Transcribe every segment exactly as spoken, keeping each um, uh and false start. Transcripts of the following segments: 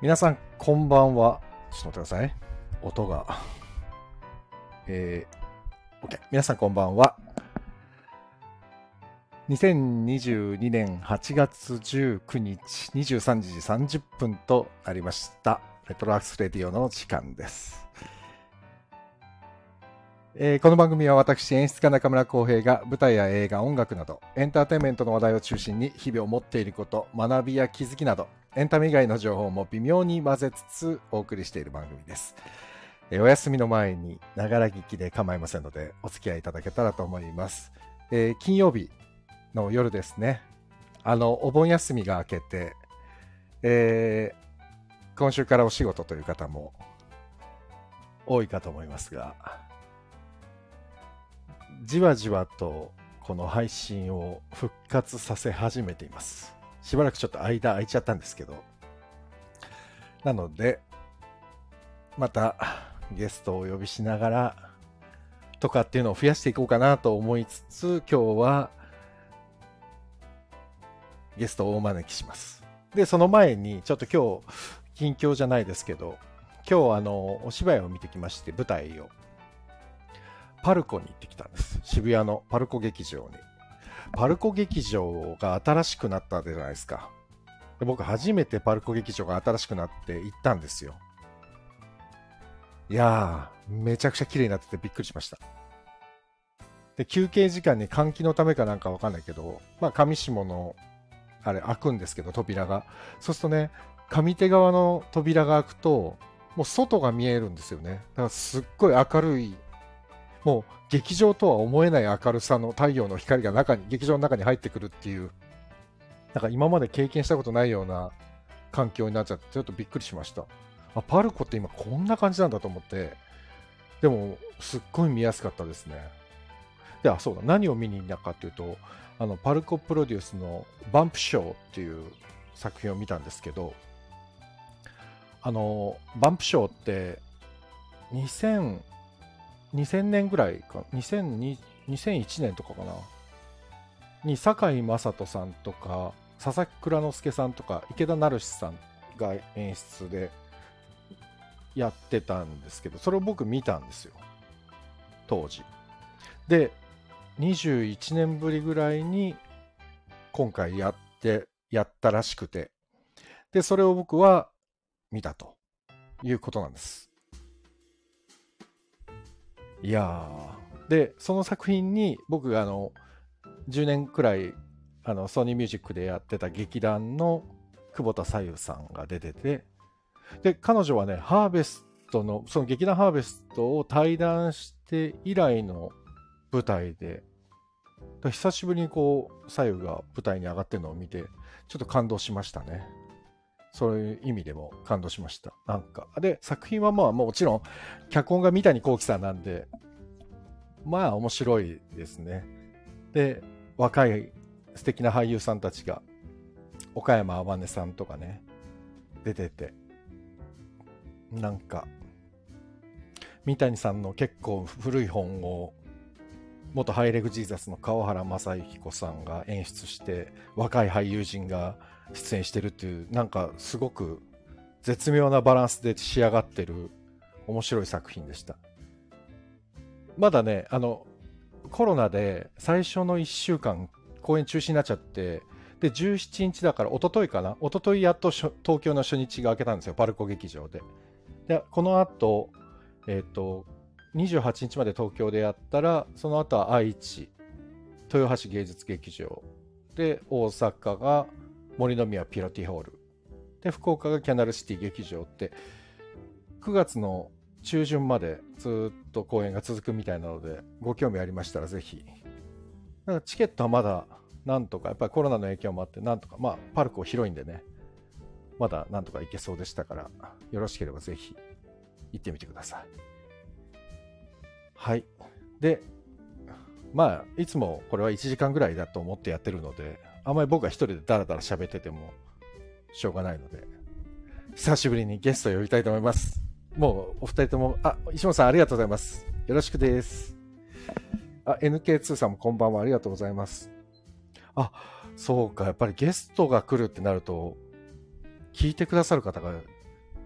皆さんこんばんは。ちょっと待ってください。音が。えー、OK。皆さんこんばんは。にせんにじゅうにねんはちがつじゅうくにちにじゅうさんじさんじゅっぷんとなりました。レトロアクスレディオの時間です。えー、この番組は私演出家中村浩平が舞台や映画、音楽などエンターテインメントの話題を中心に日々を持っていること、学びや気づきなどエンタメ以外の情報も微妙に混ぜつつお送りしている番組です。えー、お休みの前にながら聞きで構いませんのでお付き合いいただけたらと思います。えー、金曜日の夜ですね。あのお盆休みが明けて、えー、今週からお仕事という方も多いかと思いますが、じわじわとこの配信を復活させ始めています。しばらくちょっと間空いちゃったんですけど、なのでまたゲストをお呼びしながらとかっていうのを増やしていこうかなと思いつつ、今日はゲストをお招きします。でその前にちょっと今日近況じゃないですけど、今日あのお芝居を見てきまして、舞台をパルコに行ってきたんです。渋谷のパルコ劇場に。パルコ劇場が新しくなったじゃないですか。で僕初めてパルコ劇場が新しくなって行ったんですよ。いやー、めちゃくちゃ綺麗になっててびっくりしました。で休憩時間に換気のためかなんかわかんないけど、まあ上下のあれ開くんですけど、扉が。そうするとね、上手側の扉が開くともう外が見えるんですよね。だからすっごい明るい、もう劇場とは思えない明るさの太陽の光が中に劇場の中に入ってくるっていう、なんか今まで経験したことないような環境になっちゃってちょっとびっくりしました。あ、パルコって今こんな感じなんだと思って。でもすっごい見やすかったですね。で、あ、そうだ、何を見に行ったかっていうと、あのパルコプロデュースのバンプショーっていう作品を見たんですけど、あのバンプショーってにせんにせんねんぐらいか、にせんに にせんいちねんとかかなに堺雅人さんとか佐々木蔵之介さんとか池田成志さんが演出でやってたんですけど、それを僕見たんですよ、当時で。にじゅういちねんぶりぐらいに今回やってやったらしくて、でそれを僕は見たということなんです。いやー、でその作品に僕があのじゅうねんくらいあのソニーミュージックでやってた劇団の久保田紗友さんが出てて、で彼女はね、ハーベストのその劇団ハーベストを退団して以来の舞台で、久しぶりにこう紗友が舞台に上がってるのを見てちょっと感動しましたね。そういう意味でも感動しました。なんかで作品はまあもちろん脚本が三谷幸喜さんなんで、まあ面白いですね。で若い素敵な俳優さんたちが、岡山天音さんとかね出てて、なんか三谷さんの結構古い本を元ハイレグジーザスの川原正幸さんが演出して若い俳優陣が出演してるっていう、なんかすごく絶妙なバランスで仕上がってる面白い作品でした。まだね、あのコロナで最初のいっしゅうかん公演中止になっちゃって、でじゅうしちにちだから一昨日かな、一昨日やっと東京の初日が明けたんですよ、パルコ劇場で。でこの後えっ、ー、とにじゅうはちにちまで東京でやったら、その後は愛知豊橋芸術劇場で、大阪が森の宮ピロティホールで、福岡がキャナルシティ劇場って、くがつの中旬までずっと公演が続くみたいなので、ご興味ありましたらぜひ。なんかチケットはまだなんとか、やっぱりコロナの影響もあってなんとか、まあパルコ広いんでね、まだなんとか行けそうでしたから、よろしければぜひ行ってみてください。はい。で、まあいつもこれはいちじかんぐらいだと思ってやってるので、あんまり僕が一人でダラダラ喋っててもしょうがないので、久しぶりにゲストを呼びたいと思います。もうお二人とも、あ、石本さんありがとうございます。よろしくです。あ、エヌケーツー さんもこんばんは、ありがとうございます。あ、そうか、やっぱりゲストが来るってなると聞いてくださる方が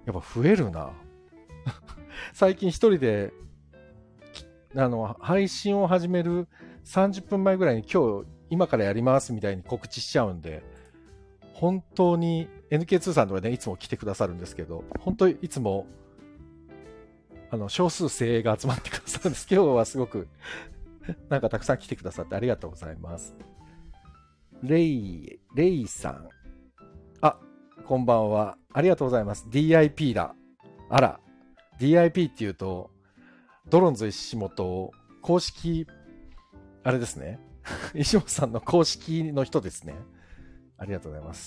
やっぱ増えるな。最近一人であの配信を始めるさんじゅっぷんまえぐらいに今日今からやりますみたいに告知しちゃうんで、本当に エヌケーツー さんとかねいつも来てくださるんですけど、本当いつもあの少数精鋭が集まってくださるんです。今日はすごくなんかたくさん来てくださってありがとうございます。レイレイさん、あ、こんばんは、ありがとうございます。 ディーアイピー だ。あら ディーアイピー っていうとドロンズ石本公式あれですね。石本さんの公式の人ですね。ありがとうございます。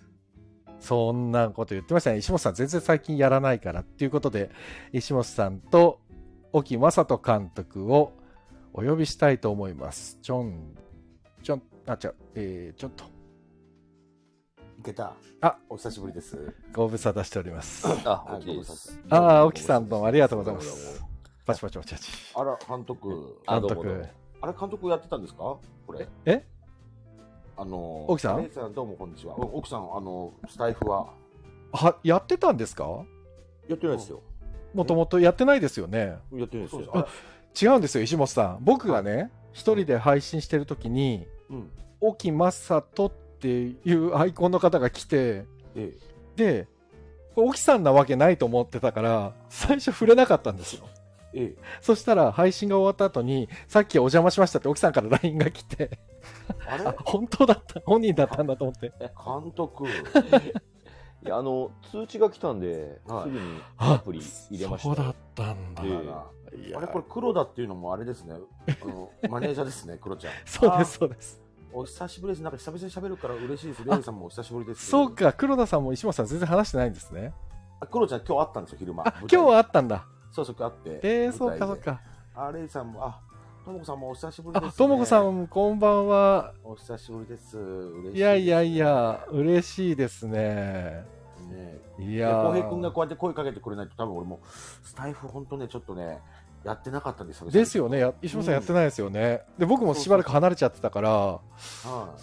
そんなこと言ってましたね。石本さん全然最近やらないからっていうことで、石本さんと沖正人監督をお呼びしたいと思います。ちょん、ちょん、あ、違う、えー、ちょっと。 いけた。 あ、 お久しぶりです。 ご無沙汰しております。 あ、オッケーです。 ああ、沖さんどうもありがとうございます。パチパチパチパチ。 あら、監督。 監督。 あれ、監督やってたんですかこれ。 えあの、 沖さんさんどうもこんにちは。沖さん、あの、スタイフは。 は、やってたんですか？ やってないですよ。 もともとやってないですよね。 やってないですよ。 違うんですよ、石本さん。僕がね、一人で配信してるときに、うん、沖正人っていうアイコンの方が来て、ええ、で、沖さんなわけないと思ってたから、最初触れなかったんですよ。ええ、そしたら配信が終わった後に、さっきお邪魔しましたって沖さんから ライン が来て、あれあ本当だった、本人だったんだと思って。 監督。 いや、あの通知が来たんで、はい、すぐにアプリ入れました。 そうだったんだ。 えー、あれこれ黒田っていうのもあれですね。あのマネージャーですね、黒ちゃん。 そうですそうです。 お久しぶりです。なんか久々に喋るから嬉しいです。レイさんもお久しぶりです。 そうか、黒田さんも石本さん全然話してないんですね。 あ、黒ちゃん今日会ったんですよ、昼間。 あ、今日は会ったんだ。 そうそう、会って。 えー、そうかそうか。 あ、レイさんも、あ、ともこさんもお久しぶりです、ね。 あ、ともこさんこんばんは。 お久しぶりです。嬉しいです。 いやいやいや、嬉しいですね。 ね、 いや浩平君がこうやって声かけてくれないと多分俺もスタイフ本当ねちょっとねやってなかったんですよ。 ですよね。石本さんやってないですよね。うん、で僕もしばらく離れちゃってたから、はい、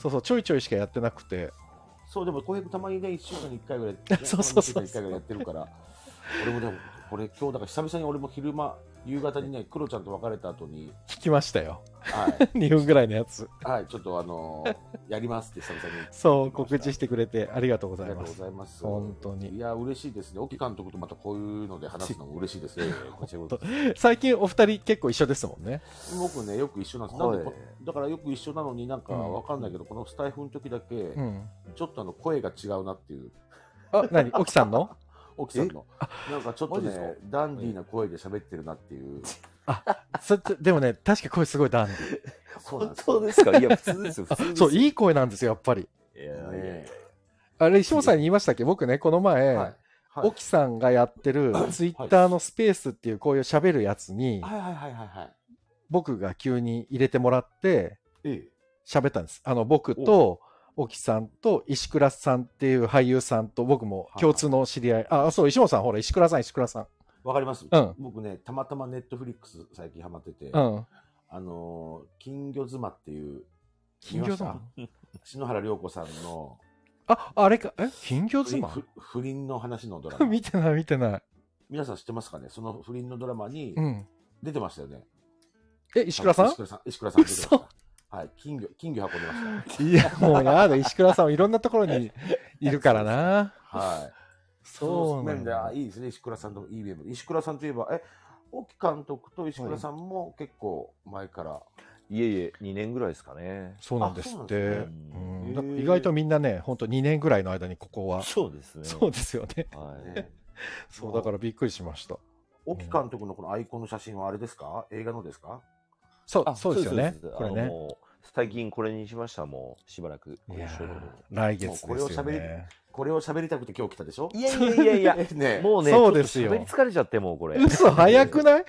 そうそうちょいちょいしかやってなくて。 そうでも浩平君たまにねいっしゅうかんにいっかいぐらい、ね、 そうそうそういっかいぐらいやってるから。俺もでもこれ今日だから久々に俺も昼間夕方にねクロちゃんと別れた後に聞きましたよ。 はい。 にふんぐらいのやつ。 はい、ちょっとあのー、やりますって久々に。 そう告知してくれてありがとうございます。 ありがとうございます。 本当に。 いや嬉しいですね。沖監督とまたこういうので話すのも嬉しいですね。 最近お二人結構一緒ですもんね。 僕ねよく一緒なんです。なんでだからよく一緒なのになんかわかんないけど、うん、このスタイフの時だけ、うん、ちょっとあの声が違うなっていう。 あ、何？沖さんの？ 沖さんのなんかちょっとねダンディーな声で喋ってるなっていう。 あ、そでもね確か声すごいダンディー。 本当ですか？いや普通ですよ。普通ですよ。 そういい声なんですよやっぱり。いやいやいやあれ石本さんに言いましたっけ？僕ねこの前、はいはい、沖さんがやってるツイッターのスペースっていうこういう喋るやつに、 はいはいはいはいはい、 僕が急に入れてもらって喋ったんです。あの僕と沖さんと石倉さんっていう俳優さんと僕も共通の知り合い。あ、そう、石本さん、ほら、石倉さん、石倉さん。 わかります、 うん、 僕ね、たまたまネットフリックス最近ハマってて、 うん、 あのー、金魚妻っていう、 金魚妻篠原涼子さんの、 あ、あれか、え金魚妻不倫の話のドラマ。 見てない、見てない。 皆さん知ってますかね？その不倫のドラマに出てましたよね。 うん、え、石倉さん？ 石倉さん、石倉さん出てました。はい、金魚、金魚運んでました。 いや、もうやだ、石倉さんはいろんなところにいるからな。 はい。そうなんだ。いいですね、石倉さんといいゲーム。石倉さんといえば、え、沖監督と石倉さんも結構前から。はい、 いえいえ、にねんぐらいですかね。 そうなんですって。ね、うん、意外とみんなね、ほんとにねんぐらいの間にここは。 そうですね。 そうですよね。 はい。 そう、だからびっくりしました。 沖監督のこのアイコンの写真はあれですか？映画のですか？ そう、そうですよね。これね。 最近これにしました。もうしばらく。 来月ですよね。 これを喋り、これを喋りたくて今日来たでしょ？ いやいやいやいや、ね、もうね、 そうですよ。 喋り疲れちゃってもうこれ。 嘘早くない？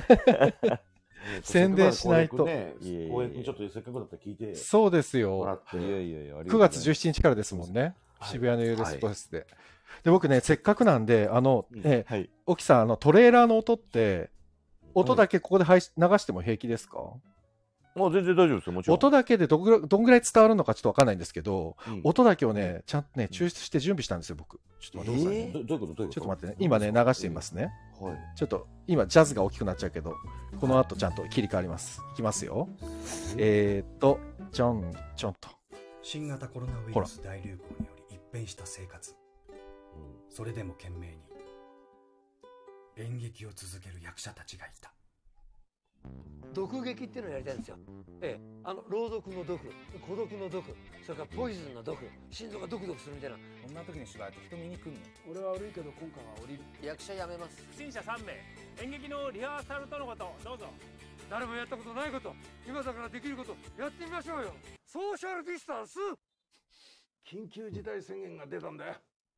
宣伝しないと。 ね、公園君ちょっとせっかくだったら聞いて。 そうですよ。 いやいやいや。 くがつじゅうしちにちからですもんね。渋谷のユーロスポーツで。で僕ねせっかくなんであのね、沖さんあのトレーラーの音って音だけここで流しても平気ですか？ あ、全然大丈夫ですよ、もちろん。 音だけでどんぐらい、どんぐらい伝わるのかちょっとわかんないんですけど、うん、音だけをね、ちゃんとね、抽出して準備したんですよ、僕。ちょっと待ってくださいね。 えー、どどういうことどういうことちょっと待ってね。今ね、流してみますね。 はい。 ちょっと、今、ジャズが大きくなっちゃうけど、この後ちゃんと切り替わります。いきますよ。えーっと、ちょん、ちょんと。 新型コロナウイルス大流行により一変した生活。それでも懸命に演劇を続ける役者たちがいた。 毒劇っていうのをやりたいんですよ。ええ、あの朗読の毒、孤独の毒、それからポイズンの毒、心臓がドクドクするみたいな。 こんな時に芝居って人見に来んの？俺は悪いけど今回は降りる。 役者辞めます。 不審者さんめい、演劇のリハーサルとのこと、どうぞ。 誰もやったことないこと、今だからできることやってみましょうよ。ソーシャルディスタンス。 緊急事態宣言が出たんだよ。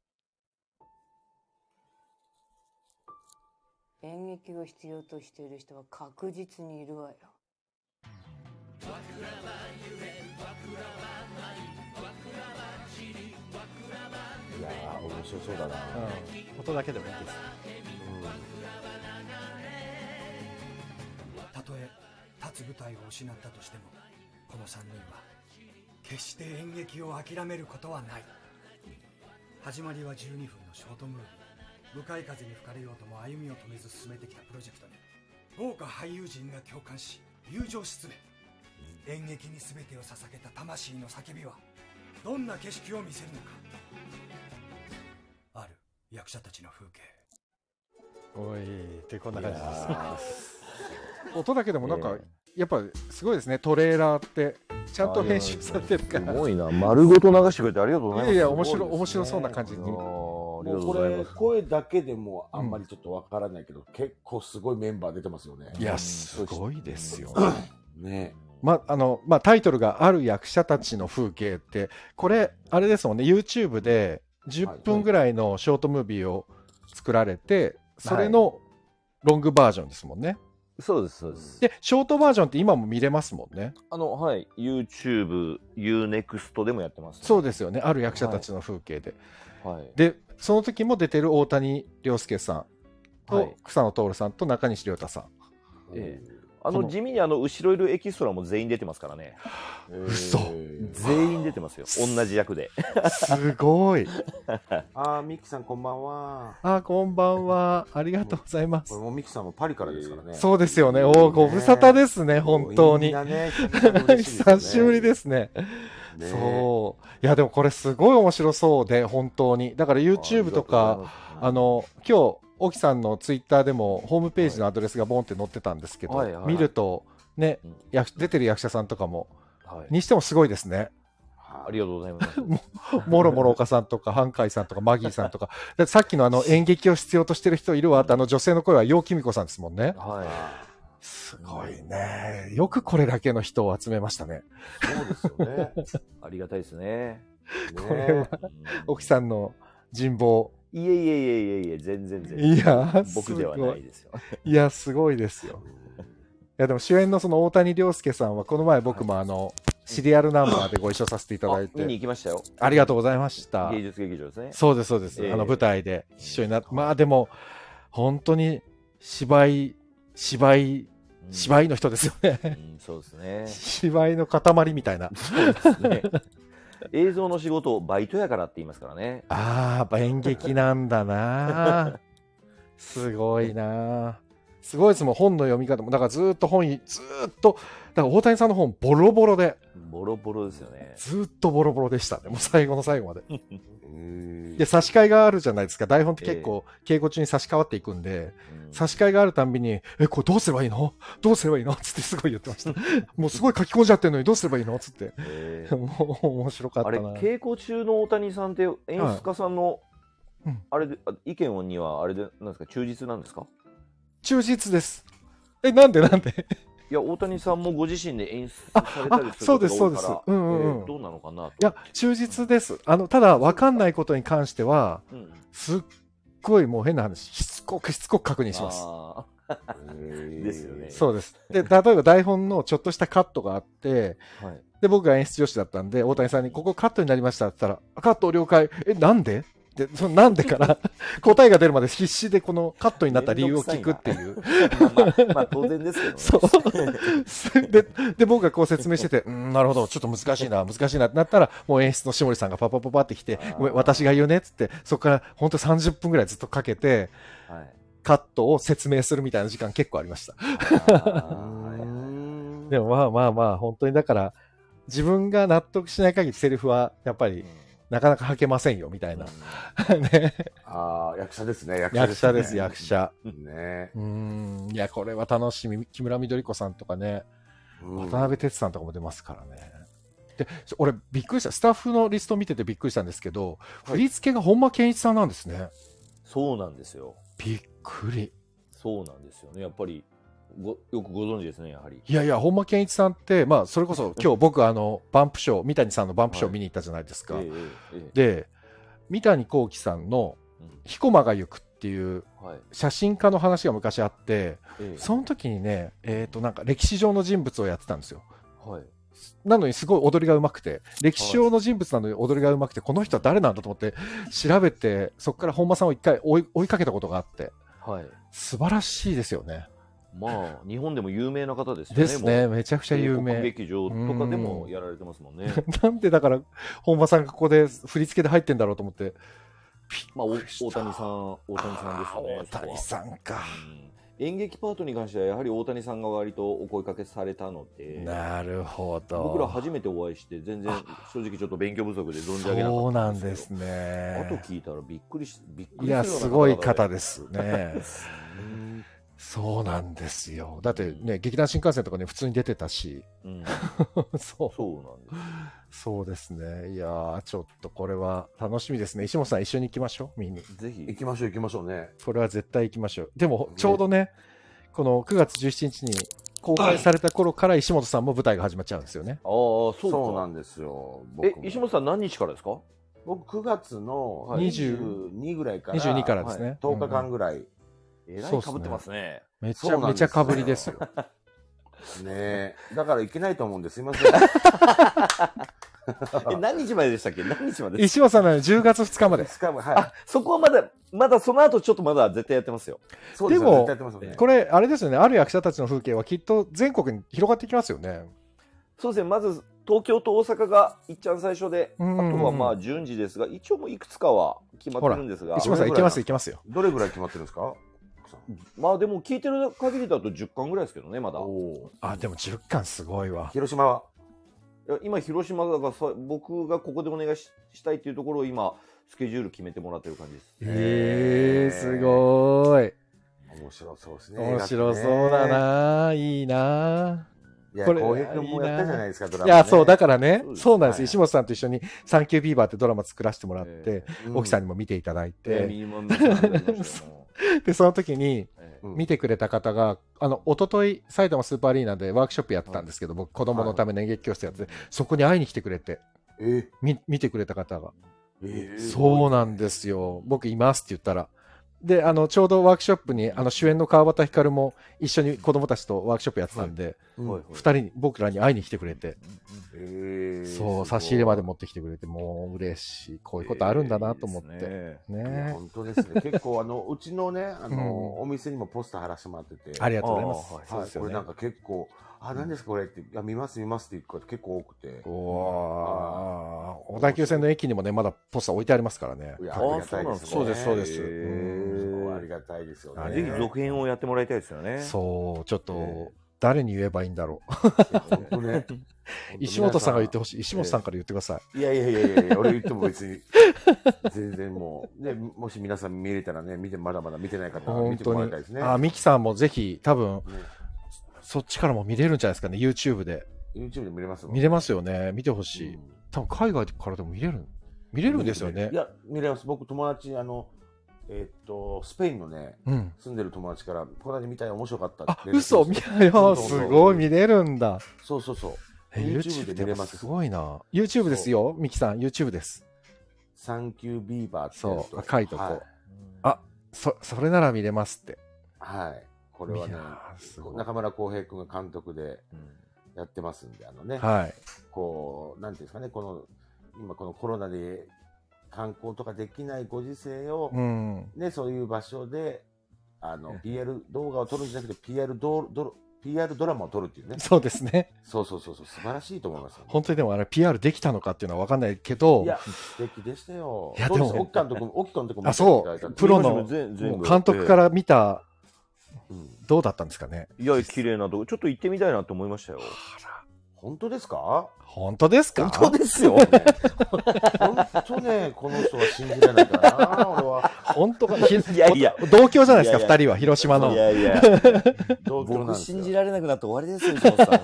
演劇を必要としている人は確実にいるわよ。 いやー、面白そうだな、 うん、音だけでもいいです。 たとえ立つ舞台を失ったとしても、このさんにんは決して演劇を諦めることはない。始まりはじゅうにふんのショートムービー。向かい風に吹かれようとも歩みを止めず進めてきたプロジェクトに豪華俳優陣が共感し友情し詰め、演劇に全てを捧げた魂の叫びはどんな景色を見せるのか。ある役者たちの風景。 おいってこんな感じです。音だけでもなんか、えー、やっぱすごいですね。トレーラーってちゃんと編集されてるから。 すごいな、丸ごと流してくれてありがとうございます。 いやいや、面白い、面白そうな感じに。 もうこれ声だけでもあんまりちょっとわからないけど、うん、結構すごいメンバー出てますよね。 いや、すごいですよね。 まあのまあ、タイトルがある役者たちの風景って、これあれですもんね。 YouTube でじゅっぷんぐらいのショートムービーを作られて、はい、それのロングバージョンですもんね。 そうですそうです。 でショートバージョンって今も見れますもんね。 あのはい YouTube、ユーネクスト でもやってます、ね。 そうですよね。ある役者たちの風景で。 はい、 でその時も出てる大谷亮介さんと、はい、草野徹さんと中西亮太さん。 ええ、あの地味にあの後ろいるエキストラも全員出てますからね。 嘘。 全員出てますよ。同じ役で。 すごい。 あー、ミキさんこんばんは。 あー、こんばんは。ありがとうございます。 これもミキさんもパリからですからね。 そうですよね。おー、ご無沙汰ですね、本当に。久しぶりですね。ね、そういやでもこれすごい面白そうで、本当にだから YouTube とか あ, あの今日沖さんのツイッターでもホームページのアドレスがボンって載ってたんですけど、はいはいはい、見るとね、うん、や出てる役者さんとかも、はい、にしてもすごいですね。 ありがとうございます。 も, もろもろ岡さんとか半海さんとかマギーさんとかださっきのあの演劇を必要としてる人いるわってあの女性の声は楊貴美子さんですもんね。 はい、 すごいね。よくこれだけの人を集めましたね。 そうですよね。 ありがたいですね。 これは沖さんの人望。 いえいえいえいえいえ、全然全然。 いや、 僕ではないですよ。 いや、すごいですよ。いや、でも主演のその大谷亮介さんはこの前僕もあの、はい、シリアルナンバーでご一緒させていただいて、 見に行きましたよ。 ありがとうございました。 芸術劇場ですね。 そうですそうです。えー、あの舞台で一緒になって、まあでも本当に芝居芝居芝居の人ですよね。 うんうん、そうですね。 芝居の塊みたいな。 そうですね。映像の仕事バイトやからって言いますからね。 ああ、演劇なんだな。すごいな。すごいですもん、本の読み方も。だからずっと本ずっとだから大谷さんの本ボロボロで。 ボロボロですよね。 ずっとボロボロでしたね。もう最後の最後まで。で差し替えがあるじゃないですか。台本って結構稽古中に差し替わっていくんで、えー、差し替えがあるたんびにえこれどうすればいいのどうすればいいのつってすごい言ってました。もうすごい書き込んじゃってるのにどうすればいいのつって、えー、もう面白かったな。 あれ稽古中の大谷さんって演出家さんの、はい、あれで意見にはあれでなんですか忠実なんですか？ 忠実です。えなんでなんでいや大谷さんもご自身で演出されたりすることが多いから、そうですそうです。うんうんうん、どうなのかなと。 いや忠実です。あのただ分かんないことに関しては、うん、すっごいもう変な話しつこくしつこく確認します。 ですよね。 そうです。で例えば台本のちょっとしたカットがあって、はい、で僕が演出助手だったんで大谷さんにここカットになりましたって言ったらカット了解えなんでで、そのなんでから答えが出るまで必死でこのカットになった理由を聞くっていう。 まあ、まあ当然ですけどね。 そう。で、で、僕がこう説明してて、うん、なるほど、ちょっと難しいな、難しいなってなったら、もう演出の下森さんがパパパパって来て、ごめん、私が言うねっつって、そこから本当さんじゅっぷんぐらいずっとかけて、はい、カットを説明するみたいな時間結構ありました。でもまあまあまあ、本当にだから、自分が納得しない限りセリフは、やっぱり、なかなか吐けませんよ、みたいな。 うん、ね。ああ、役者ですね、 役者です、ね。役者です、役者。 ね。 うん。いや、これは楽しみ。木村みどり子さんとかね、渡辺哲さんとかも出ますからね。で、俺、びっくりした。スタッフのリスト見ててびっくりしたんですけど、振り付けが本間健一さんなんですね。 そうなんですよ。 びっくり。 そうなんですよね。やっぱり、ごよくご存知ですね、やはり。 いやいや、本間健一さんって、まあ、それこそ今日僕、あの、バンプショー、三谷さんのバンプショー見に行ったじゃないですか。はい、えええ、で、三谷幸喜さんの、彦馬が行くっていう写真家の話が昔あって、はい、その時にね、えっと、なんか歴史上の人物をやってたんですよ。はい、なのにすごい踊りが上手くて、歴史上の人物なのに踊りが上手くて、この人は誰なんだと思って調べて、そこから本間さんを一回追い、追いかけたことがあって、はい、素晴らしいですよね。 まあ、日本でも有名な方ですよね。 ですね。めちゃくちゃ有名。 劇場とかでもやられてますもんね。 なんでだから、本間さんがここで振り付けで入ってんだろうと思って。 まあ、大谷さん、大谷さんですよね。 大谷さんか。 うん、演劇パートに関しては、やはり大谷さんが割とお声かけされたので。 なるほど。 僕ら初めてお会いして、全然、正直ちょっと勉強不足で存じ上げなかったんですけど。 そうなんですね。 あと聞いたらびっくりし、びっくりするいや、すごい方ですね。そうなんですよ。だってね、劇団新幹線とかね、普通に出てたし。うん、そう。 そうなんです。 そうですね。いやー、ちょっとこれは楽しみですね。石本さん一緒に行きましょう、見に。 ぜひ。行きましょう、行きましょうね。 これは絶対行きましょう。でも、ちょうどね、このくがつじゅうしちにちに公開された頃から石本さんも舞台が始まっちゃうんですよね。 ああ、そうか。 そうなんですよ。 え、石本さん何日からですか？ 僕くがつのにじゅうにぐらいから。 にじゅうにからですね。 とおかかんぐらい。 えらい被ってますね。 めちゃめちゃ被りですよ。 ねえ。だからいけないと思うんですいません。 え、何日まででしたっけ？何日まで？ 石本さんのじゅうがつふつかまで。 ふつかまで。 はい。あ、そこはまだ、まだその後ちょっとまだ絶対やってますよ。 そうですよ。でも、 これ、あれですよね。ある役者たちの風景はきっと全国に広がっていきますよね。 そうですね。まず、東京と大阪がいっちゃん最初で、あとはまあ順次ですが、一応もういくつかは決まってるんですが。 石本さん、いけます、いけますよ。 どれぐらい決まってるんですか？ まあでも聞いてる限りだとじゅっかんぐらいですけどね、まだ。 あ、でもじゅっかんすごいわ。 広島は？ いや今、広島だからさ、僕がここでお願い し, したいっていうところを今、スケジュール決めてもらってる感じです。 へー、すごーい。 面白そうですね。 面白そうだな、いいな。 いや、これ、浩平君もやったじゃないですか、ドラマ、ね。 いや、そう、だからね、そうなんです。はい、石本さんと一緒にサンキュービーバーってドラマ作らせてもらって、沖さんにも見ていただいて。で、その時に、見てくれた方が、あの、一昨日埼玉スーパーアリーナでワークショップやってたんですけど、僕、子供のための演劇教室やって、そこに会いに来てくれて、み見てくれた方が。そうなんですよ。僕いますって言ったら。で、あの、ちょうどワークショップに、あの、主演の川端光も一緒に子供たちとワークショップやってたんで、二人に、僕らに会いに来てくれて、そう、差し入れまで持ってきてくれて、もう嬉しい。こういうことあるんだなと思って。ね。 本当ですね。結構、あの、うちのね、あの、お店にもポスター貼らせてもらってて。 ありがとうございます。 はい、これなんか結構、あ、何ですかこれって、いや、見ます見ますって言う方結構多くて。 おー、小田急線の駅にもね、まだポスター置いてありますからね。 いや、ありがたいですね。 そうです、そうです。 ありがたいですよね。 ぜひ続編をやってもらいたいですよね。 そう、ちょっと、誰に言えばいいんだろう。 本当ね。 石本さんが言ってほしい。石本さんから言ってください。いやいやいやいや、俺言っても別に、全然もう、ね、もし皆さん見れたらね、見て、まだまだ見てない方は見てもらいたいですね。 あ、ミキさんもぜひ、多分、そっちからも見れるんじゃないですかね、YouTube で。 YouTube で見れます見れますよね。見てほしい。多分海外からでも見れる。見れるんですよね。 いや、見れます。僕、友達、あの、えっと、スペインのね、住んでる友達から、この間見たい面白かったって。 あ、嘘見たよ。すごい見れるんだ。 そうそうそう。 YouTube で見れます。すごいな。YouTube ですよ、ミキさん。YouTube です。 サンキュービーバーって。 そう、赤いとこ。あ、そ、それなら見れますって。 はい。これはね、中村浩平君が監督でやってますんで、あのね、 はい。 こう、なんていうんですかね、この、今このコロナで観光とかできないご時世を、 うん、 ね、そういう場所で、あの、ピーアール 動画を撮るんじゃなくて、ピーアール ドド ピーアール ドラマを撮るっていうね。 そうですね。 そうそうそうそう、素晴らしいと思いますよ、ね。 本当にでもあれ ピーアール できたのかっていうのは分かんないけど。 いや、素敵でしたよ。 いや、でも、 奥監督も、奥監督も。 あ、そう、プロの監督から見た、うん、どうだったんですかね。 いや、綺麗なとこ、ちょっと行ってみたいなと思いましたよ。 本当ですか？ 本当ですか？ 本当ですよ。 本当ね、この人は信じられないからな、俺は。 本当か。いやいや、 同郷じゃないですか、二人は、広島の。 いやいや、 僕信じられなくなって終わりですよ、石本さ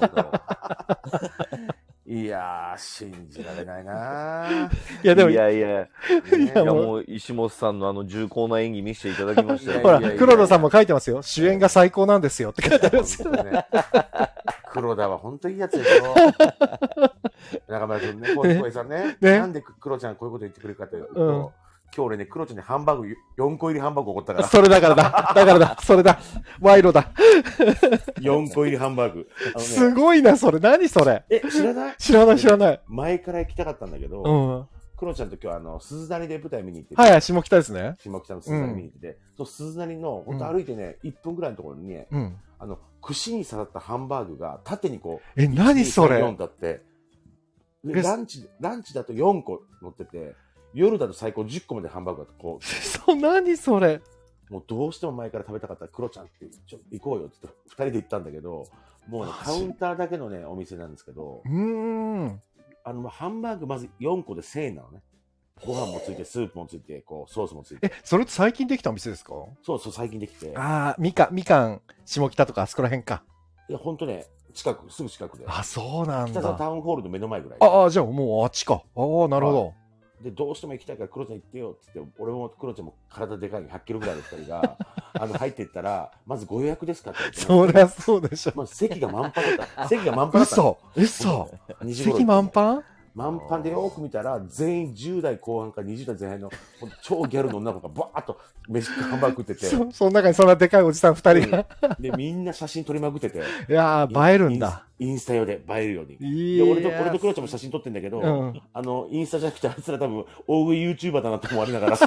ん。いやー、信じられないな。 いや、でも、 いやいや、いやもう、石本さんのあの重厚な演技見せていただきましたよ。 ほら、黒田さんも書いてますよ。主演が最高なんですよって書いてあるんですよ。 黒田は本当にいいやつですよ。中村君ね、小池さんね、なんで黒ちゃんこういうこと言ってくれるかというと、今日俺ね、黒ちゃんにハンバーグ、よんこ入りハンバーグおごったから。 それだからだ。だからだ。それだ。賄賂だ。 よんこ入りハンバーグ。 すごいな、それ。何それ。 え、知らない？ 知らない、知らない。 前から行きたかったんだけど、 うん。 黒ちゃんと今日あの、鈴なりで舞台見に行ってて。はいはい、下北ですね。 下北の鈴なり見に行ってて、そう、鈴なりの、ほんと歩いてね、いっぷんぐらいのところにね、あの、串に刺さったハンバーグが縦にこう、え、何それ？ よんだって、ランチ、ランチだとよんこ乗ってて、夜だと最高じゅっこまでハンバーグがこう。 そう、何それ？ もうどうしても前から食べたかったクロちゃんってちょ行こうよって言ってふたりで行ったんだけど、もうねカウンターだけのねお店なんですけど、 うーん、 あのハンバーグまずよんこでせんえんなのね。ご飯もついてスープもついてこうソースもついて。 え、それって最近できたお店ですか？ そうそう最近できて。 ああ、みかんみかん下北とかあそこら辺か。 いや本当ね近くすぐ近くで。 あ、そうなんだ。 北沢タウンホールの目の前ぐらい。 ああ、じゃあもうあっちか。ああ、なるほど。 でどうしても行きたいからクロちゃん行ってよって言って、俺もクロちゃんも体でかいひゃっキロぐらいのふたりがあの入っていったらまずご予約ですかって言って、 そりゃそうでしょ、 まあ、席が満帆だった席が満帆だった嘘嘘席満帆満帆でよく見たら全員じゅう代後半からにじゅう代前半の超ギャルの女の子がバーッと飯ハンバーグ食っててそ, その中にそんなでかいおじさんふたりがでみんな写真撮りまくってていやー映えるんだインスタ用で映えるようにで俺と俺とクロちゃんも写真撮ってんだけど、うん、あのインスタじゃなくてあいつら多分大食い YouTuber だなと思われながら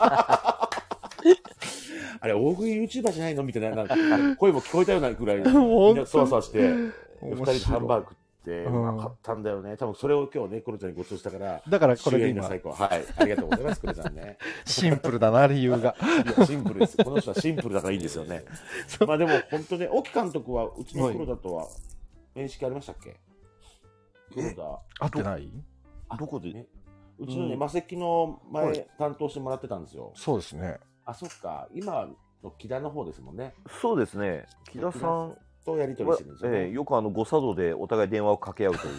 あれ大食い YouTuber じゃないのみたいななんか声も聞こえたようなぐらいみんなそわそわしてふたりでハンバーグってうまかったんだよね。多分それを今日ね、クロちゃんにご馳走したから。 だからこれで今。 最高。はい。ありがとうございます、クロちゃんね。 シンプルだな、理由が。 いや、シンプルです。この人はシンプルだからいいんですよね。まあでも本当ね、沖監督はうちの黒田とは面識ありましたっけ？黒田。 会ってない？ どこでね？ うちのね、マセキの前担当してもらってたんですよ。 そうですね。 あ、そっか。今の木田の方ですもんね。 そうですね。木田さん。 とやり取りしてるんですよね、 ええ、よくあの誤作動でお互い電話を掛け合うという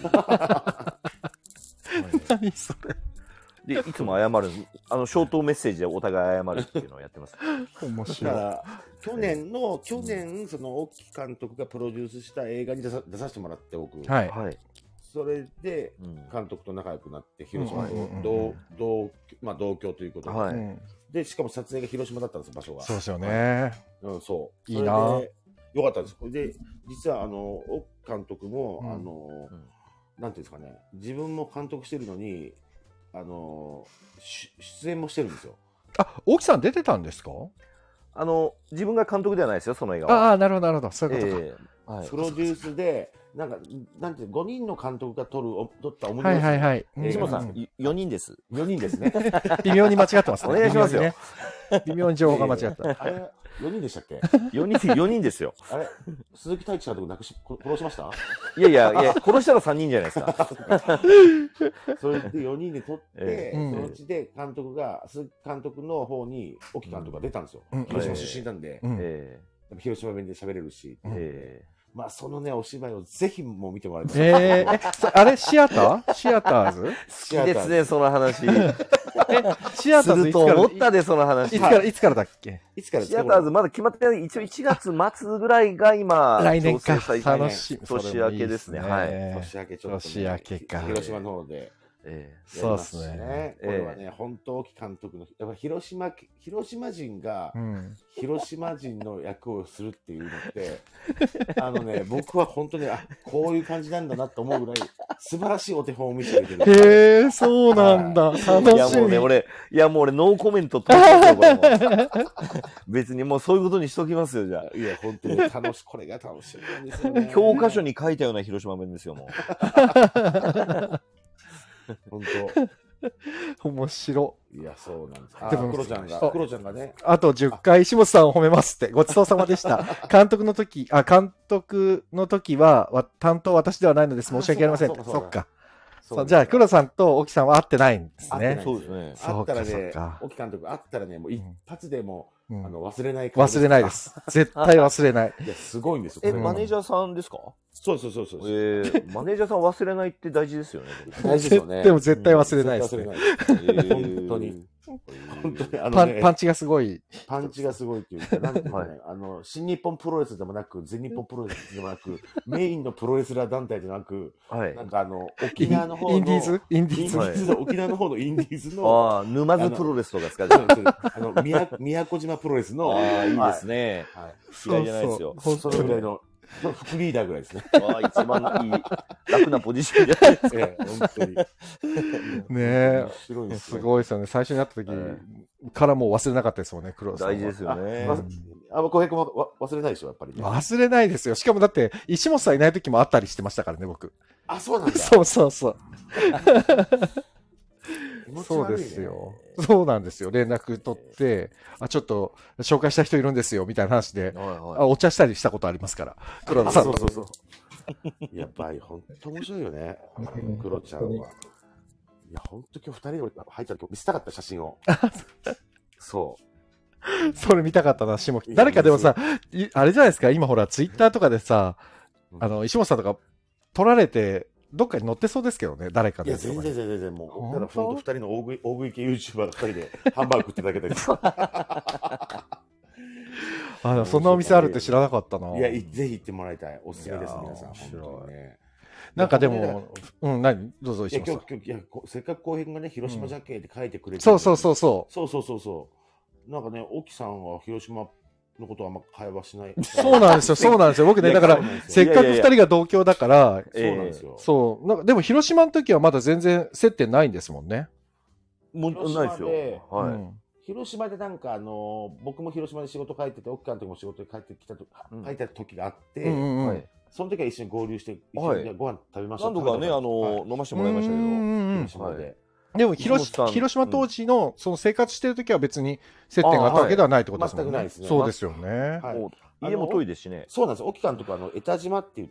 何それでいつも謝るあのショートメッセージでお互い謝るっていうのをやってます面白い。 だから去年の去年その沖監督がプロデュースした映画に出さ出させてもらって僕、 はい、 それで監督と仲良くなって広島と同同まあ同居ということで、はい、でしかも撮影が広島だったんです場所が。 そうですよね。 うん、そういいな。 よかったです。で、実はあの奥監督も、うん、あの、うん、なんていうんですかね、自分も監督してるのに、あの出演もしてるんですよ。 あ、大木さん出てたんですか？ あの自分が監督ではないですよ、その映画は。 ああ、なるほどなるほど、そういうことか。 えーはい、プロデュースでなんかなんていうごにんの監督が撮る撮ったオムニバス。はいはいはい。 石本さん、よにんです。 よにんですね。 微妙に間違ってますね。 お願いしますよ。 微妙に情報が間違った。 あれよにんでしたっけ？ よにん、よにんですよ。 あれ鈴木太一監督なくし殺しました？ いやいやいや、殺したらさんにんじゃないですか。 それでよにんで撮って、えー、そのうちで監督が鈴木監督の方に沖監督が出たんですよ。うん、広島出身なんで、えー、広島弁で喋れるし。えーまあそのねお芝居をぜひもう見てもらいたい。 えー、あれシアター？シアターズ？ 好きですねその話。 えシアターズすると思ったでその話。 いつからいつからだっけ？ いつからシアターズまだ決まってない。一応いちがつ末ぐらいが今来年か楽しみ。 年明けですね。はい。 年明けちょっと年明けか。 広島の方でえー、そうですね。これはね、本当、沖監督の、やっぱ広島、広島人が、広島人の役をするっていうのって、うん、あのね、僕は本当に、あ、こういう感じなんだなと思うぐらい、素晴らしいお手本を見せてくれてる。 へえ、そうなんだ。楽しみ。 いや、もうね、俺、いや、もう俺、ノーコメント取ってますよ、これも。別にもうそういうことにしときますよ、じゃあ。 いや、本当に楽し、これが楽しみなんですよね。 教科書に書いたような広島弁ですよ、もう。 本当。面白い。いや、そうなんです。でも、クロちゃんが、クロちゃんがね。 あとじゅっかい、石本さんを褒めますって。ごちそうさまでした。監督の時、あ、監督の時は、担当私ではないのです。申し訳ありません。そっか。じゃあ、黒さんと沖さんは会ってないんですね。 そうですね。会ったらね、沖監督会ったらね、もう一発でも、あの、忘れない。 忘れないです。絶対忘れない。 いや、すごいんですよ。 え、マネージャーさんですか？ そうそうそうそう。 えー、マネージャーさん忘れないって大事ですよね。 大事ですよね。 でも絶対忘れないです。 忘れない。本当に。本当に、あのね。 パンチがすごい。 パンチがすごいっていうか、なんていうかね、あの、新日本プロレスでもなく、全日本プロレスでもなく、メインのプロレスラー団体でなく、なんかあの、沖縄の方の。 インディーズインディーズの、沖縄の方のインディーズの。 ああ、沼津プロレスとかですか？ あの、宮、宮古島プロレスの。 ああ、いいですね。はい。嫌いじゃないですよ。 それぐらいの。副リーダーぐらいですね。 ああ、一番いい、楽なポジションじゃないですか。 ええ、本当に。 ねえ。すごいですよね。最初に会った時からもう忘れなかったですもんね、黒田さん。 大事ですよね。 あ、小平君は忘れないでしょ、やっぱりね。 忘れないですよ。しかもだって、石本さんいない時も会ったりしてましたからね、僕。 あ、そうなんだ。 そうそうそう。そうですよ。そうなんですよ。連絡取って、あ、ちょっと紹介した人いるんですよ、みたいな話で、はいはい、あお茶したりしたことありますから。黒田さん。 そうそうそう。やっぱり本当面白いよね。黒ちゃんは。いや、本当今日二人で入った時見せたかった写真を。そう。 それ見たかったな、下木。誰かでもさ、あれじゃないですか、今ほら、ツイッターとかでさ、あの、石本さんとか撮られて、どっかに載ってそうですけどね、誰かで。 いや、全然全然全然、もう、だから本当二人の大食い、大食い系 YouTuber が二人でハンバーグ食ってるだけです。 あ、そんなお店あるって知らなかったな。 いや、ぜひ行ってもらいたい。おすすめです、皆さん。面白いね。 なんかでも、うん、何どうぞ、石本さん。 いや、せっかく後編がね、広島ジャケって書いてくれて、 そうそうそうそう。 そうそうそうそう。なんかね、沖さんは広島のことはあんま会話しない。 そうなんですよ、そうなんですよ。僕ね、だから、せっかく二人が同郷だから、 そうなんですよ。 そう。なんか、でも広島の時はまだ全然接点ないんですもんね。 もう、ないですよ。はい。 広島でなんかあの、僕も広島で仕事帰ってて、沖監督も仕事で帰ってきたと、帰った時があって、その時は一緒に合流して、一緒にご飯食べました。 何度かね、あの、飲ませてもらいましたけど、広島で。 でも広島、広島当時の、その生活してる時は別に接点があったわけではないってことですもんね。 全くないですね。 そうですよね。 家も遠いですしね。 そうなんですよ。沖監督は、あの、江田島って言って、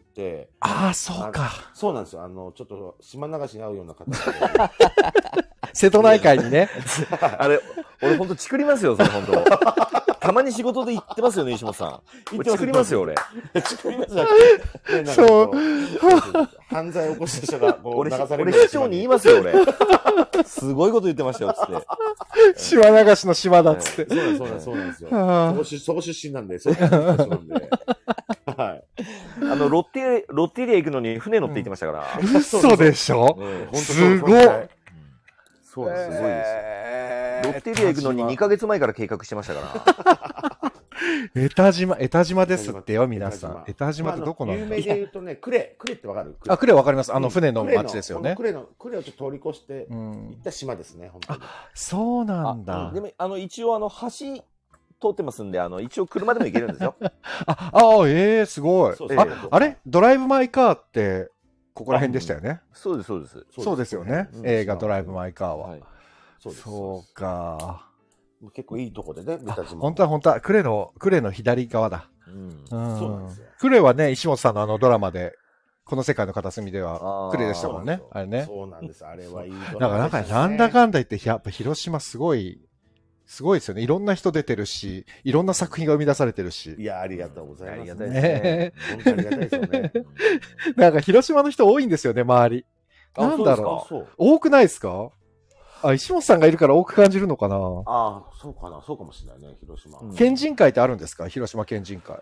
ああ、そうか。 そうなんですよ。あの、ちょっと島流しに合うような方で。 瀬戸内海にね。 あれ、俺ほんとチクりますよ、それほんと。たまに仕事で行ってますよね、石本さん。チクりますよ、俺。 チクりますよ。そう。犯罪を起こした人がこう流される。 俺、市長に言いますよ、俺。すごいこと言ってましたよ、つって。 島流しの島だっつって。 そうなんそうなんそうなんですよ。そこ出身なんで、そうなんで。はい。 あの、ロッテ、ロッテリア行くのに船乗って行ってましたから。 嘘でしょ？すごい。 そうです、すごいですよ。ロッテリア行くのににかげつまえから計画してましたから。 江田島、江田島ですってよ、皆さん。江田島ってどこなんだ？有名で言うとね、呉、呉ってわかる？ あ、呉わかります。あの、船の町ですよね。 呉の、呉をちょっと通り越して行った島ですね、本当に。 そうなんだ。 でも、あの、一応、あの、橋、通ってますんで、あの、一応車でも行けるんですよ。 あ、あ、ええ、すごい。あ、あれドライブ・マイ・カーって、ここら辺でしたよね。 そうです、そうです。 そうですよね。映画ドライブ・マイ・カーは。そうか。 結構いいとこでね、 本当は本当は、呉の、呉の左側だ。呉はね、石本さんのあのドラマで、この世界の片隅では、呉でしたもんね。あれね。 そうなんです。あれはいいドラマ。だから、なんだかんだ言って、やっぱ広島すごい、すごいですよね。いろんな人出てるし、いろんな作品が生み出されてるし。 いや、ありがとうございます。ありがたいですね。 本当にありがたいですよね。 なんか広島の人多いんですよね、周り。なんだろう。多くないですか？あ、石本さんがいるから多く感じるのかな？ ああ、そうかな。そうかもしれないね、広島。 県人会ってあるんですか？広島県人会。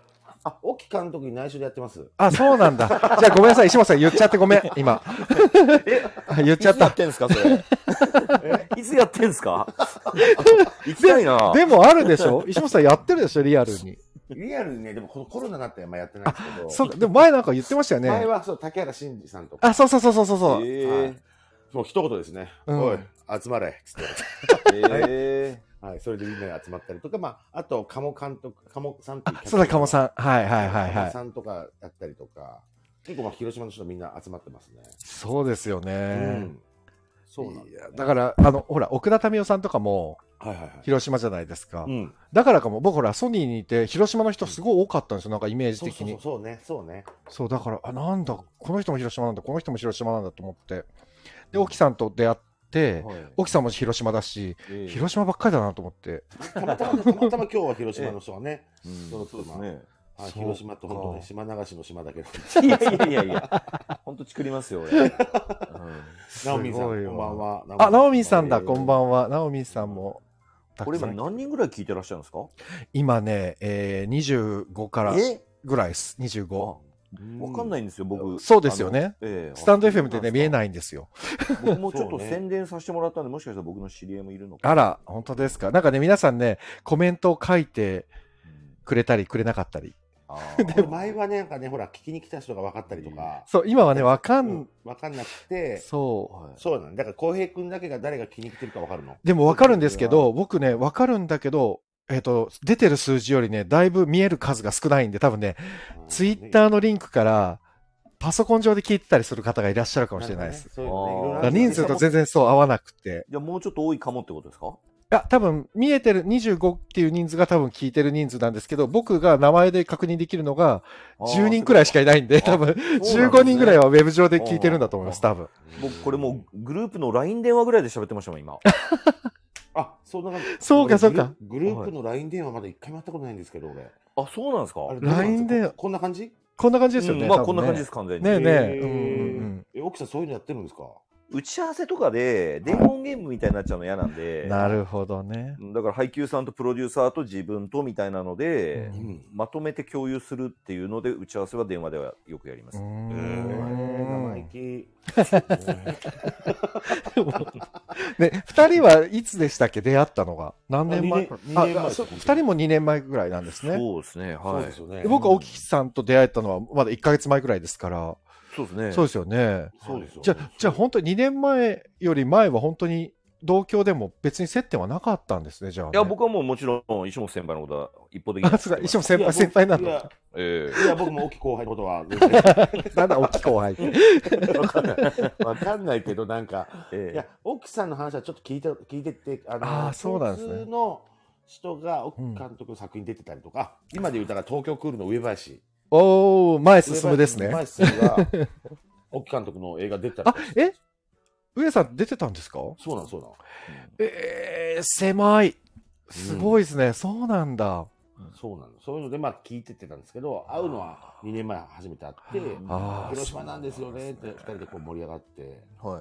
あ、沖監督に内緒でやってます。 あ、そうなんだ。じゃあごめんなさい、石本さん言っちゃってごめん、今。 え、 言っちゃった。いつやってんすか、それ。いつやってんすか行きたいな。 でもあるでしょ石本さんやってるでしょリアルに。 リアルにね、でもこのコロナになってあんまやってないですけど。 そう、でも前なんか言ってましたよね。 前はそう、竹原慎二さんとか。 あ、そうそうそうそうそう。 えー、はい、もう一言ですね。うん、おい、集まれつって。えーはい、それでみんなで集まったりとか、まあ、あと、鴨監督、鴨さんっていうそうだ、鴨さん。はいはいはいはい。 鴨さんとかやったりとか、結構まあ、広島の人みんな集まってますね。 そうですよね。うん、 そうなんだ、ね。 だから、あの、ほら、奥田民生さんとかも、はいはいはい、広島じゃないですか。うん、だからかも、僕ほら、ソニーにいて、広島の人すごい多かったんですよ、なんかイメージ的に。 そうそうそうね、そうね。 そう、だから、あ、なんだ、この人も広島なんだ、この人も広島なんだと思って。で、沖さんと出会って、で、はい、沖さんも広島だし、えー、広島ばっかりだなと思って。 たまたま、たまたま今日は広島の人はね、えー、そのそうですね。あ、広島って本当ね、島流しの島だけど。 いやいやいやいや、本当作りますよ、俺。 ナオミンさん、こんばんは。 あ、ナオミンさんだ、こんばんは。ナオミンさんも。 これ今何人ぐらい聞いてらっしゃるんですか？ 今ね、えー、にじゅうごからぐらいです。にじゅうご。 わかんないんですよ、僕。 そうですよね。えー、スタンド エフエム でね、見えないんですよ。 僕もちょっと宣伝させてもらったんで、もしかしたら僕の知り合いもいるのか。 あら、本当ですか。なんかね、皆さんね、コメントを書いてくれたり、くれなかったり。 で前はね、なんかね、ほら、聞きに来た人が分かったりとか。 そう、今はね、分かん、 分かんなくて。 そう。 そうなんだ。だから、浩平君だけが誰が聞きに来てるか分かるの。 でも分かるんですけど、僕ね、分かるんだけど、えっと、出てる数字よりね、だいぶ見える数が少ないんで、多分ね、ツイッターのリンクから、パソコン上で聞いてたりする方がいらっしゃるかもしれないです。ね、ね、人数と全然そう合わなくて。 じゃあもうちょっと多いかもってことですか？ いや、多分見えてるにじゅうごっていう人数が多分聞いてる人数なんですけど、僕が名前で確認できるのがじゅうにんくらいしかいないんで、多分じゅうごにんぐらいはウェブ上で聞いてるんだと思います、多分。 僕これもうグループの ライン 電話ぐらいで喋ってましたもん、今。 あ、そうなんそうか、そうか。 グループの ライン 電話まだ一回もやったことないんですけど、俺。 あ、そうなんですか？ ライン 電話。 こんな感じ？ こんな感じですよね。 まあこんな感じです、完全に。 ねえねえ。 え、奥さんそういうのやってるんですか？ 打ち合わせとかで伝言ゲームみたいになっちゃうの嫌なんで。 なるほどね。 だから配給さんとプロデューサーと自分とみたいなので、まとめて共有するっていうので、打ち合わせは電話ではよくやります。 生意気。 ね、二人はいつでしたっけ、出会ったのが。何年前？あ、二人もにねんまえぐらいなんですね。 そうですね、はい。 僕は沖さんと出会えたのはまだいっかげつまえぐらいですから。 そうですね。 そうですよね。 そうですよ。 じゃあ、じゃあ本当ににねんまえより前は本当に同郷でも別に接点はなかったんですね、じゃあ、ね。 いや、僕はもうもちろん石本先輩のことは一方的に。 あ、そうか、石本先輩、先輩なんだ。 ええー。いや、僕も沖後輩のことは。 なんだ、沖後輩。 わかんない。わかんないけど、なんか、えー、いや、沖さんの話はちょっと聞いて、聞いてて、あの、 あ、そうなんですね。 普通の人が沖監督の作品出てたりとか、うん、今で言うたら東京クールの上林。 おー、前進ですね。 前進が、沖監督の映画出てたりとか。 あ、え上さん出てたんですか？ そうなん、そうなん。 えー、狭い。すごいですね。うん、そうなんだ。 そうなの。そういうので、まあ聞いてってたんですけど、会うのはにねんまえ初めて会って、広島なんですよねってふたりでこう盛り上がって、はい、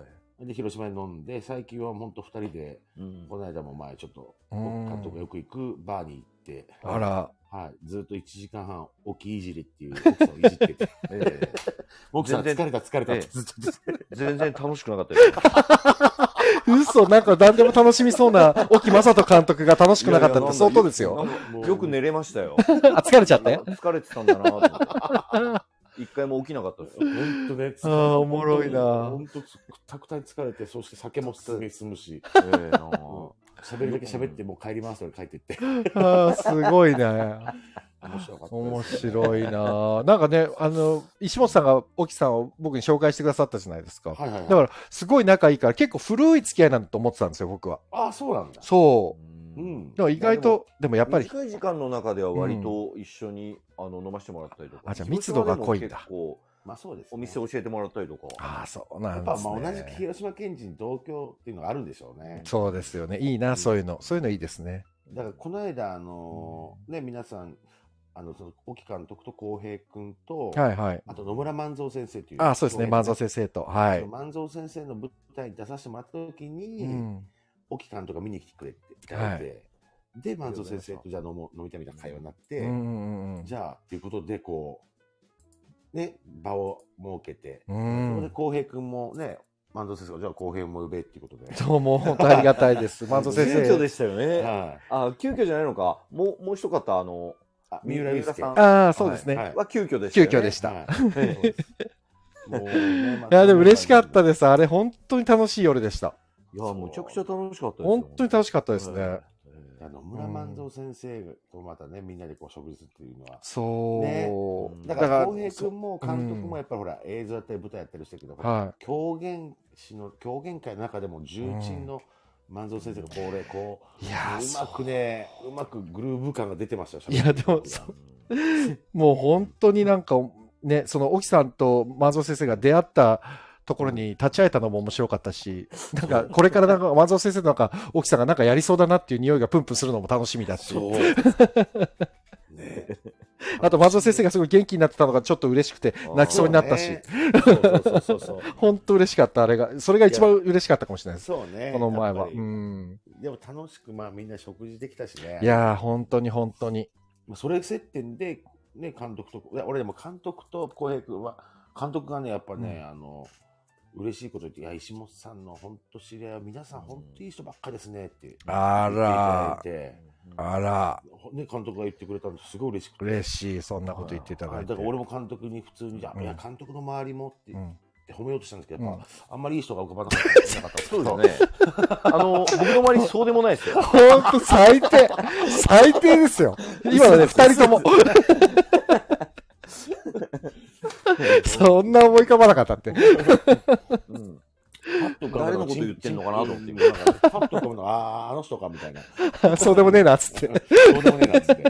で、広島に飲んで、最近は本当ふたりで、うん、この間も前ちょっと、監督がよく行くバーに行って、 あら。 はい、ずっといちじかんはん、沖いじりっていう奥さんをいじってて、えー、奥さん疲れた疲れたってずっと、 ええ、全然楽しくなかったです。 嘘、なんか何でも楽しみそうな沖正人監督が楽しくなかったって相当ですよ。 よく寝れましたよ。 あ、疲れちゃって疲れてたんだなと思って。一回も起きなかったですよ。 本当ね。 ああ、おもろいな。 本当くたくたに疲れて、そして酒も進むし。ええなあ。喋るだけ喋ってもう帰りますとか帰ってって。 ああ、すごいね。 面白かった。 面白いな。なんかね、あの、石本さんが沖さんを僕に紹介してくださったじゃないですか。はいはいはい、だから、すごい仲いいから、結構古い付き合いなんだと思ってたんですよ、僕は。 ああ、そうなんだ。 そう。うん。だから意外と、でもやっぱり。 短い時間の中では割と一緒に、うん、あの飲ませてもらったりとか。 あ、じゃあ密度が濃いんだ。 まあそうです、ね。 お店教えてもらったりとか。 ああ、そうなんですね。 やっぱまあ同じく広島県人同郷っていうのがあるんでしょうね。 そうですよね。いいな、そういうの。そういうのいいですね。 だからこの間、あのー、ね、皆さん、あの、その、沖監督と浩平君と、 はいはい。 あと野村万蔵先生という。 ああ、そうですね。万蔵先生と。はい。 万蔵先生の舞台に出させてもらった時に、うん、沖監督が見に来てくれっていただいて、はい、 で、万蔵先生とじゃあ飲もう飲みたいみたいな会話になって、じゃあ、っていうことで、こう、ね、場を設けて、そこで浩平君もね、万蔵先生が、じゃあ浩平も呼べっていうことで。 どうも、本当ありがたいです。万蔵先生。 急遽でしたよね。はい。あ、急遽じゃないのか。もう、もう一方、あの、 三浦祐介さん。 ああ、そうですね。 は急遽でした。 急遽でした。いや、でも嬉しかったです。あれ、本当に楽しい夜でした。 いや、むちゃくちゃ楽しかったです。 本当に楽しかったですね。 野村万蔵先生とまたね、みんなでこう食事っていうのは。 そう。ね、 だから浩平君も監督もやっぱりほら、映像やったり舞台やったりしてるけど、狂言師の狂言界の中でも重鎮の万蔵先生がこれこう、うまくね、うまくグルーヴ感が出てましたよ。 いや、でももう本当になんかね、その沖さんと万蔵先生が出会ったところに立ち会えたのも面白かったし、なんかこれからなんか万蔵先生となんか沖さんがなんかやりそうだなっていう匂いがプンプンするのも楽しみだし。ね、あと万蔵先生がすごい元気になってたのがちょっと嬉しくて泣きそうになったし、本当嬉しかったあれが、それが一番嬉しかったかもしれないです。 そうね。 この前は。うん。 でも楽しくまあみんな食事できたしね。 いやー本当に本当に。 それ接点でね監督と、俺でも監督と浩平君は監督がねやっぱね、うん、あの。嬉しいこと言って、いや、石本さんの本当知り合いは皆さん本当いい人ばっかですねって。 あら。あら。 ね、監督が言ってくれたんですごい嬉しくて。 嬉しい、そんなこと言っていただいて。 だから俺も監督に普通に、いや、監督の周りもって褒めようとしたんですけど、やっぱ、あんまりいい人が浮かばなかった。 そうですね。あの、僕の周りそうでもないですよ。 本当最低。最低ですよ。今のね、二人とも。そんな思い浮かばなかったって。うん、 誰のこと言ってんのかなと思って。 パッと浮かぶのは、ああ、あの人かみたいな。 そうでもねえな、つって。 そうでもねえな、つって。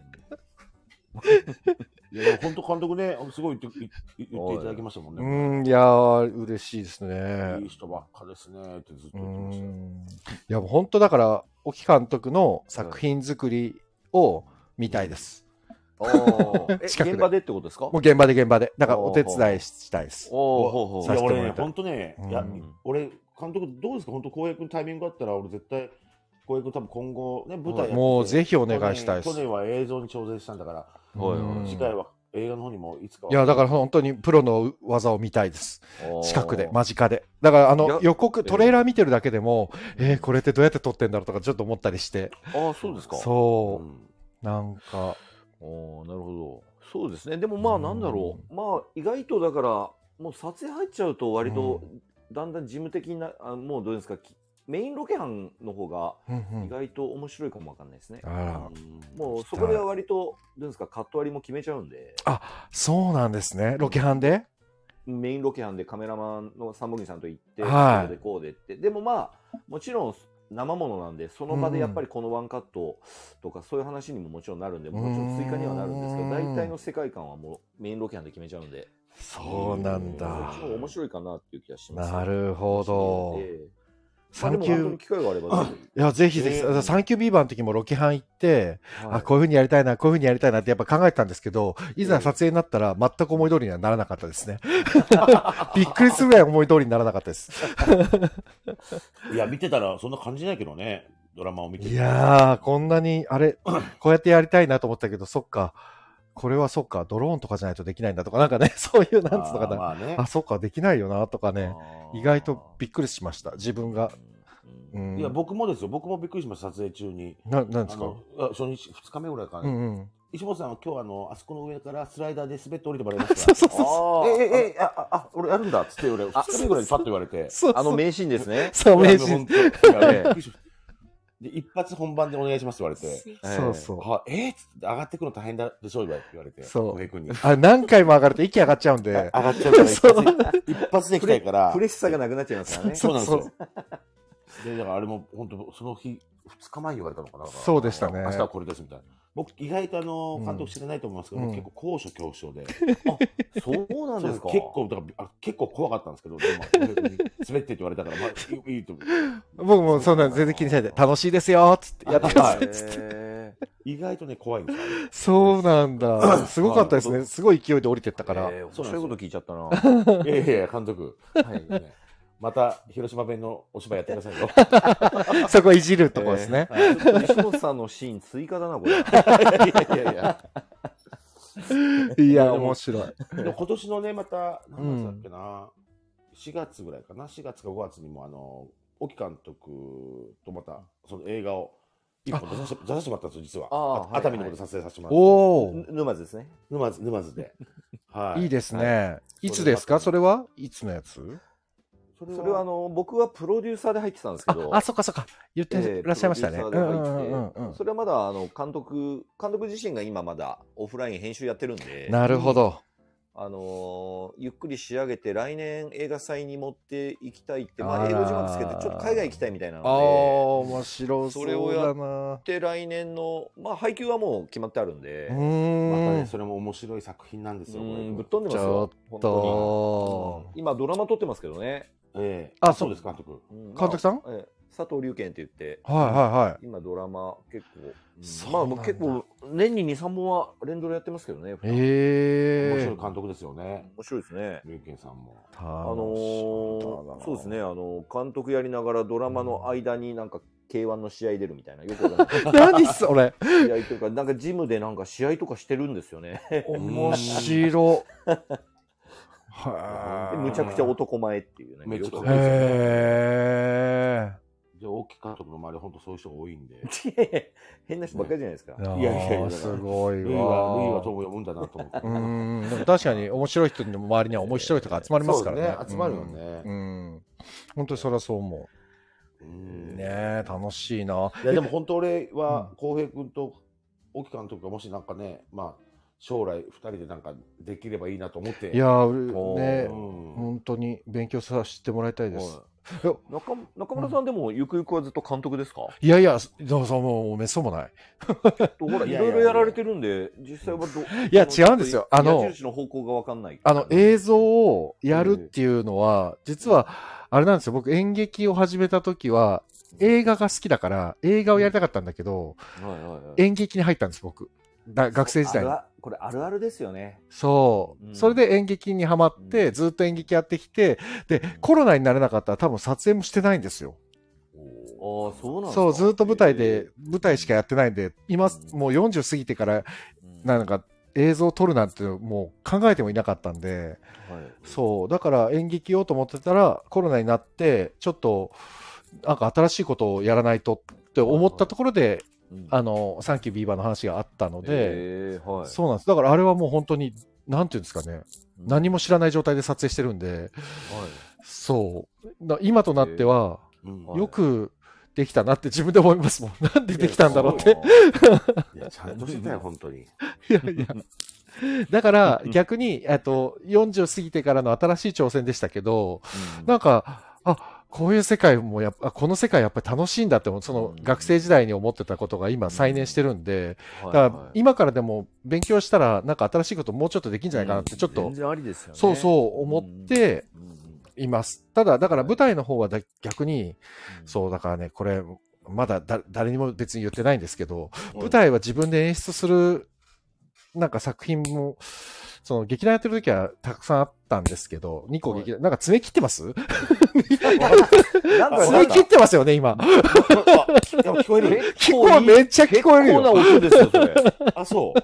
いや、本当監督ね、すごい言って、言っていただきましたもんね。 うん、いやー、嬉しいですね。 いい人ばっかですね、ってずっと言ってました。いや、本当だから、沖監督の作品作りを見たいです。 現場でってことですか？ もう現場で現場で。だからお手伝いしたいです。 おお。いや、俺ね、本当ね、いや、俺、監督どうですか？本当、浩平君タイミングがあったら、俺絶対、浩平君多分今後、ね、舞台やって。 もうぜひお願いしたいです。 去年は映像に挑戦したんだから、次回は映画の方にもいつか。 いや、だから本当にプロの技を見たいです。近くで、間近で。だから、あの、予告、トレーラー見てるだけでも、えー、これってどうやって撮ってんだろうとか、ちょっと思ったりして。 ああ、そうですか。 そう。なんか。 おなるほど。そうですね。でもまあなんだろう。まあ意外とだからもう撮影入っちゃうと割とだんだん事務的な、あもうどうですか、メインロケ班の方が意外と面白いかもわかんないですね。もうそこでは割とどうですか、カット割りも決めちゃうんで。 あ、そうなんですね。ロケ班でメインロケ班でカメラマンの三本木さんと行って、はい、こうでこうでって。でもまあもちろん生ものなんで、その場でやっぱりこのワンカットとかそういう話にももちろんなるんで、もちろん追加にはなるんですけど、大体の世界観はもうメインロケ班で決めちゃうんで。 そうなんだ。 面白いかなっていう気がします。 なるほど。 サンキュー。機会があれば。 いや、ぜひぜひ。サンキュービーバーの時もロケ班行って、あ、こういう風にやりたいな、こういう風にやりたいなってやっぱ考えてたんですけど、いざ撮影になったら全く思い通りにはならなかったですね。びっくりするぐらい思い通りにならなかったです。 いや、見てたらそんな感じないけどね。ドラマを見ていやー、こんなに、あれ、こうやってやりたいなと思ったけど、そっか、これはそっか、ドローンとかじゃないとできないんだとか、なんかね、そういう、なんつうのかな、あ、まあね、あ、そっか、できないよな、とかね、意外とびっくりしました、自分が。 うん、いや、僕もですよ、僕もびっくりしました、撮影中に。 な、なんですか？ 初日、二日目ぐらいから、ね、 うんうん、 石本さんは今日あの、あそこの上からスライダーで滑って降りてもらいました。そうそうそう。え、え、え、あ、あ、俺やるんだっつって、俺、二日目ぐらいにパッと言われて。 あの名シーンですね。 そう、名シーン。 で、一発本番でお願いしますって言われて。 そうそう。 はえー、つって上がってくの大変だでしょ言われて。 そう。あ、何回も上がると息上がっちゃうんで。 上がっちゃうから一発、一発できたいから。 プレッシャーがなくなっちゃいますからね。 そうなんですよ。で、だからあれも本当その日、二日前に言われたのかな。 そうでしたね。 明日はこれですみたいな。僕、意外とあの、監督知らないと思いますけど、結構高所恐怖症で。 あ、そうなんですか。 結構、だから結構怖かったんですけど、滑ってって言われたから、まあ、いいと思う。 僕もそんな全然気にしないで、楽しいですよつってやってくださいっつって。 意外とね、怖いんですよ。 そうなんだ。すごかったですね。すごい勢いで降りてったから。 そういうこと聞いちゃったな。 いやいや、監督。はい。 また広島弁のお芝居やってくださいよ。 そこいじるとこですね。 えーはい、西本さんのシーン追加だなこれ。いやいやいや。 いや面白い。 でも今年のねまた何月だっけな、うん、しがつぐらいかな、しがつかごがつにもあの沖監督とまたその映画を一本出させてもらったんですよ実は。熱海のこと撮影させてもらって。 おお。沼津ですね。 沼津沼津で。 はい。いいですね。いつですかそれは？いつのやつ？ それはあの僕はプロデューサーで入ってたんですけど。 あ、そっかそっか。言ってらっしゃいましたね。 それはまだあの監督監督自身が今まだオフライン編集やってるんで。 なるほど。 あのー、ゆっくり仕上げて来年映画祭に持っていきたいって、まあ、英語字幕つけてちょっと海外行きたいみたいなので、ああ面白そうだな。それをやって来年の、まあ、配給はもう決まってあるんで、 うん、またねそれも面白い作品なんですよ。 ぶっ飛んでますよ。 ちょっと今ドラマ撮ってますけどね。 ええ、 あそうです監督。 監督さん？ ええ、佐藤隆健って言って、 はいはいはい。 今ドラマ結構、まあもう結構年ににさんぼんは連ドラやってますけどね。 へえ。 面白い監督ですよね。 面白いですね。 隆健さんも。 あのー、そうですね。あの監督やりながらドラマの間になんかケーワン の試合出るみたいな。よくわかんない。 何それ。 試合とかなんかジムでなんか試合とかしてるんですよね。 面白。 はむちゃくちゃ男前っていうね。 めっちゃかっこいいですよね。へー。じゃあ大木監督の周り本当そういう人が多いんで。 変な人ばっかりじゃないですか。 いやいやいやすごいわ。ルイはルイは友読むんだなと思って。 うん。でも確かに面白い人の周りには面白い人が集まりますからね。 集まるよね。 うん。本当にそれはそう思う。ねえ楽しいな。 いやでも本当俺は浩平君と大木監督がもしなんかねまあ。将来ふたりでなんかできればいいなと思って。 いやーね、うん、本当に勉強させてもらいたいです。 中中村さんでもゆくゆくはずっと監督ですか？ いやいや、どうぞもうめっそうもない。 ほらいろいろやられてるんで実際はどいや違うんですよ。あの矢印の方向がわかんない。 あの映像をやるっていうのは実はあれなんですよ。僕演劇を始めた時は映画が好きだから映画をやりたかったんだけど、演劇に入ったんです僕。だ学生時代にこれあるあるですよね。 そう、うん、それで演劇にハマって、うん、ずっと演劇やってきてで、うん、コロナになれなかったら多分撮影もしてないんですよ。 ああそうなんですか。 そうずっと舞台で舞台しかやってないんで今、うん、もうよんじゅう過ぎてから、うん、なんか映像を撮るなんてもう考えてもいなかったんで、はい、そうだから演劇をと思ってたらコロナになってちょっとなんか新しいことをやらないとって思ったところで、はいあのサンキュービーバーの話があったので、えーはい、そうなんです。だからあれはもう本当になんていうんですかね、うん、何も知らない状態で撮影してるんで、はい、そうだ今となっては、えーうん、よくできたなって自分で思いますもん。なんでできたんだろうって。 いやちゃんとしてたよ本当に。いやいや。だから逆にあとよんじゅう過ぎてからの新しい挑戦でしたけど、うん、なんかあ。こういう世界もやっぱこの世界やっぱり楽しいんだってその学生時代に思ってたことが今再燃してるんで、だから今からでも勉強したらなんか新しいこともうちょっとできるんじゃないかなってちょっとそうそう思っています。ただだから舞台の方は逆にそうだからねこれまだだ誰にも別に言ってないんですけど舞台は自分で演出するなんか作品もその劇団やってる時はたくさんあったんですけど、にこ劇団、なんか爪切ってます爪切ってますよね、今。 聞こえる聞こえめっちゃ聞こえるよ。 結構な音ですよ、それ。 あ、そう。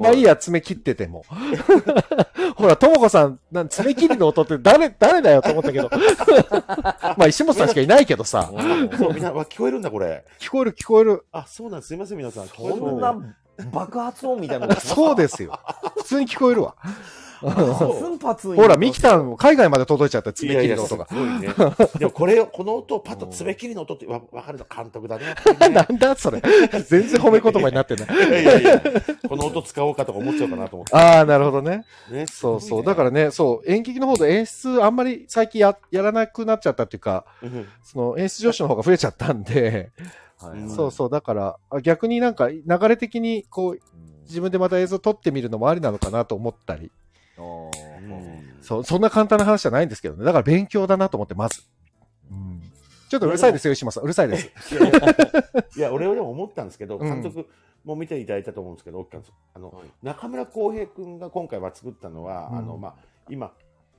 まあいいや、爪切ってても。ほら、ともこさん、なん爪切りの音って誰、誰だよと思ったけど。まあ石本さんしかいないけどさ。 そう、みんな、聞こえるんだ、これ。 聞こえる、聞こえる。 あ、そうなんです。すいません、皆さん。 そんな爆発音みたいな。 そうですよ。普通に聞こえるわ。 奮発ほら、ミキタン、海外まで届いちゃった爪切りの音が。 すごいね。でもこれを、この音をパッと爪切りの音ってわかるの監督だね。 なんだそれ。全然褒め言葉になってない。 いやいやいや、この音使おうかとか思っちゃうかなと思って。 ああ、なるほどね。ねそうそう。だからね、そう、演劇の方で演出あんまり最近ややらなくなっちゃったっていうか、その演出女子の方が増えちゃったんで、はい、そうそう。だから、逆になんか流れ的にこう、自分でまた映像撮ってみるのもありなのかなと思ったり。そ, そんな簡単な話じゃないんですけどね。だから勉強だなと思って、まず。うん、ちょっとうるさいですよ、石間さん。うるさいです。 いや、俺はでも思ったんですけど、監督も見ていただいたと思うんですけど、あの、中村浩平君が今回は作ったのは、うん、あの、まあ、今、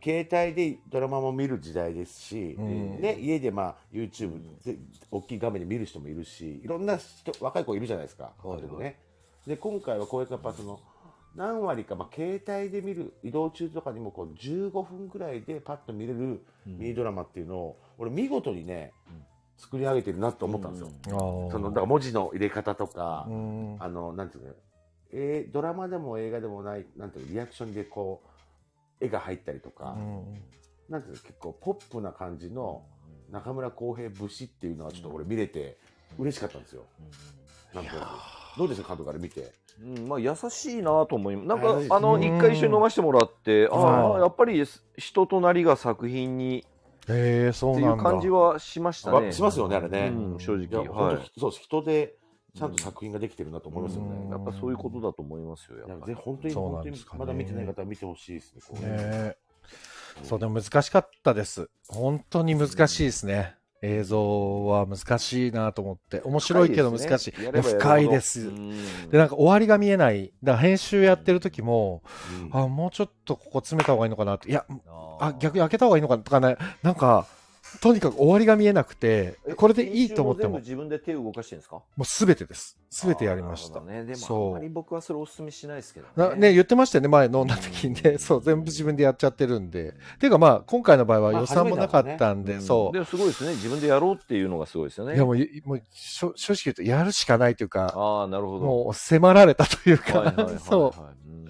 携帯でドラマも見る時代ですし、 うん、 ね、家でまあ YouTube で大きい画面で見る人もいるし、いろんな人若い子いるじゃないですか。はいはい、ね、で今回はこうやってやっぱその何割か、まあ、携帯で見る移動中とかにもこうじゅうごふんぐらいでパッと見れるミニドラマっていうのを、うん、俺見事にね、うん、作り上げてるなと思ったんですよ。うん、そのだから文字の入れ方とか、うん、あのなんていうの、えー、ドラマでも映画でもないなんていうのリアクションでこう絵が入ったりとか、うん、なんていうの結構ポップな感じの中村浩平節っていうのはちょっと俺見れて嬉しかったんですよ。うん、なんかどうですか監督から見て。 うん、まあ優しいなと思います。なんかあの一回一緒に飲ませてもらって、ああやっぱり人となりが作品にへえそうなんだっていう感じはしましたね。 しますよねあれね。 うん、正直。 はい。そう人でちゃんと作品ができてるなと思いますよね。 やっぱそういうことだと思いますよ。やっぱり本当に本当にまだ見てない方は見てほしいですね。こうね。そうでも難しかったです。本当に難しいですね。映像は難しいなと思って、面白いけど難しい。深いです。深いです。で、なんか終わりが見えない。だから編集やってる時も、うん、あ、もうちょっとここ詰めた方がいいのかなって。いや、あ、逆に開けた方がいいのかなとかね。なんか、とにかく終わりが見えなくて、これでいいと思っても。 全部自分で手を動かしてるんですか？ もうすべてです。すべてやりました。 ね、でもあんまり僕はそれお勧めしないですけどね。ね、言ってましたよね、前飲んだ時にね。そう、全部自分でやっちゃってるんで。っていうかまあ、今回の場合は予算もなかったんで、そう。 でもすごいですね。自分でやろうっていうのがすごいですよね。 いやもう、もう正直言うとやるしかないというか、 ああ、なるほど。 もう迫られたというか、そう。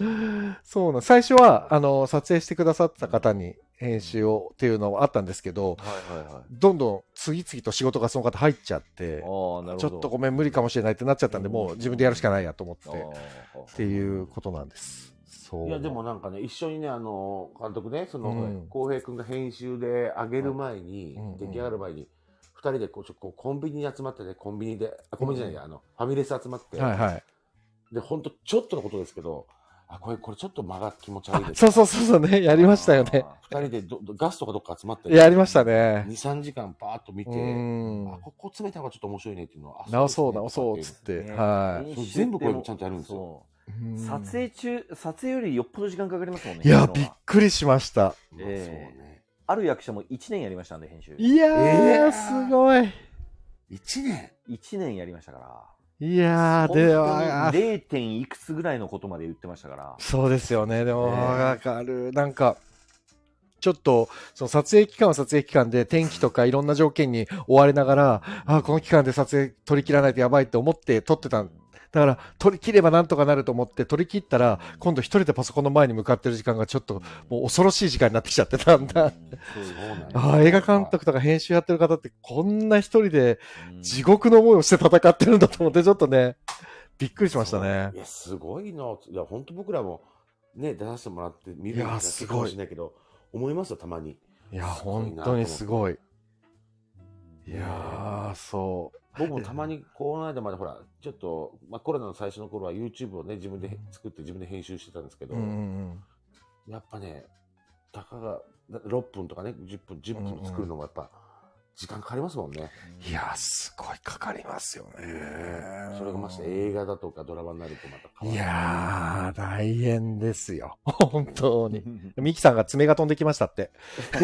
そうな、最初は、あの、撮影してくださった方に、編集をっていうのはあったんですけど、はいはいはい、どんどん次々と仕事がその方入っちゃって、ちょっとごめん無理かもしれないってなっちゃったんで、うん、もう自分でやるしかないやと思ってっていうことなんです。そういやでもなんかね一緒にねあの監督ねその浩、うん、平君が編集で上げる前に、うん、出来上がる前にふたりでこうちょっとコンビニに集まってねコンビニであコンビニじゃないや、うん、あのファミレス集まって、はいはい、で本当ちょっとのことですけど。あこれこれちょっと間が気持ち悪いです。 そうそうそうそうねやりましたよね。 二人でどガスとかどっか集まって、 ね、やりましたね。 二三時間パーッと見て、あここ詰めた方がちょっと面白いねっていうのは。 直そう直そうっつって、ね、はい。 全部これちゃんとやるんですよ。 撮影中撮影よりよっぽど時間かかりますもんね。 いやびっくりしました。 えーね、ある役者も一年やりましたんで編集。 いやー、えー、すごい。 一年一年やりましたから。 いやー、では、 れいてんいくつぐらいのことまで言ってましたから。 そうですよね。でも、わかる。なんか、ちょっと、その撮影期間は撮影期間で、天気とかいろんな条件に追われながら、あ、この期間で撮影取り切らないとやばいって思って撮ってた。だから、取り切ればなんとかなると思って、取り切ったら、今度一人でパソコンの前に向かってる時間がちょっと、もう恐ろしい時間になってきちゃってたんだ。ああ、映画監督とか編集やってる方って、こんな一人で地獄の思いをして戦ってるんだと思って、ちょっとね、びっくりしましたね。 いや、すごいの。いや、本当僕らも、ね、出させてもらって見るのかもしれないけど、思いますよ、たまに。 いや、本当にすごい。いやー、そう。 僕もたまにこの間までほらちょっと、まあ、コロナの最初の頃は YouTube をね自分で作って自分で編集してたんですけど、うんうんうん、やっぱねたかがろっぷんとかねじゅっぷんじゅっぷん作るのもやっぱ時間かかりますもんね。 いやすごいかかりますよね。 それがまして映画だとかドラマになるとまた変わる。いやー大変ですよ本当に。ミキさんが爪が飛んできましたって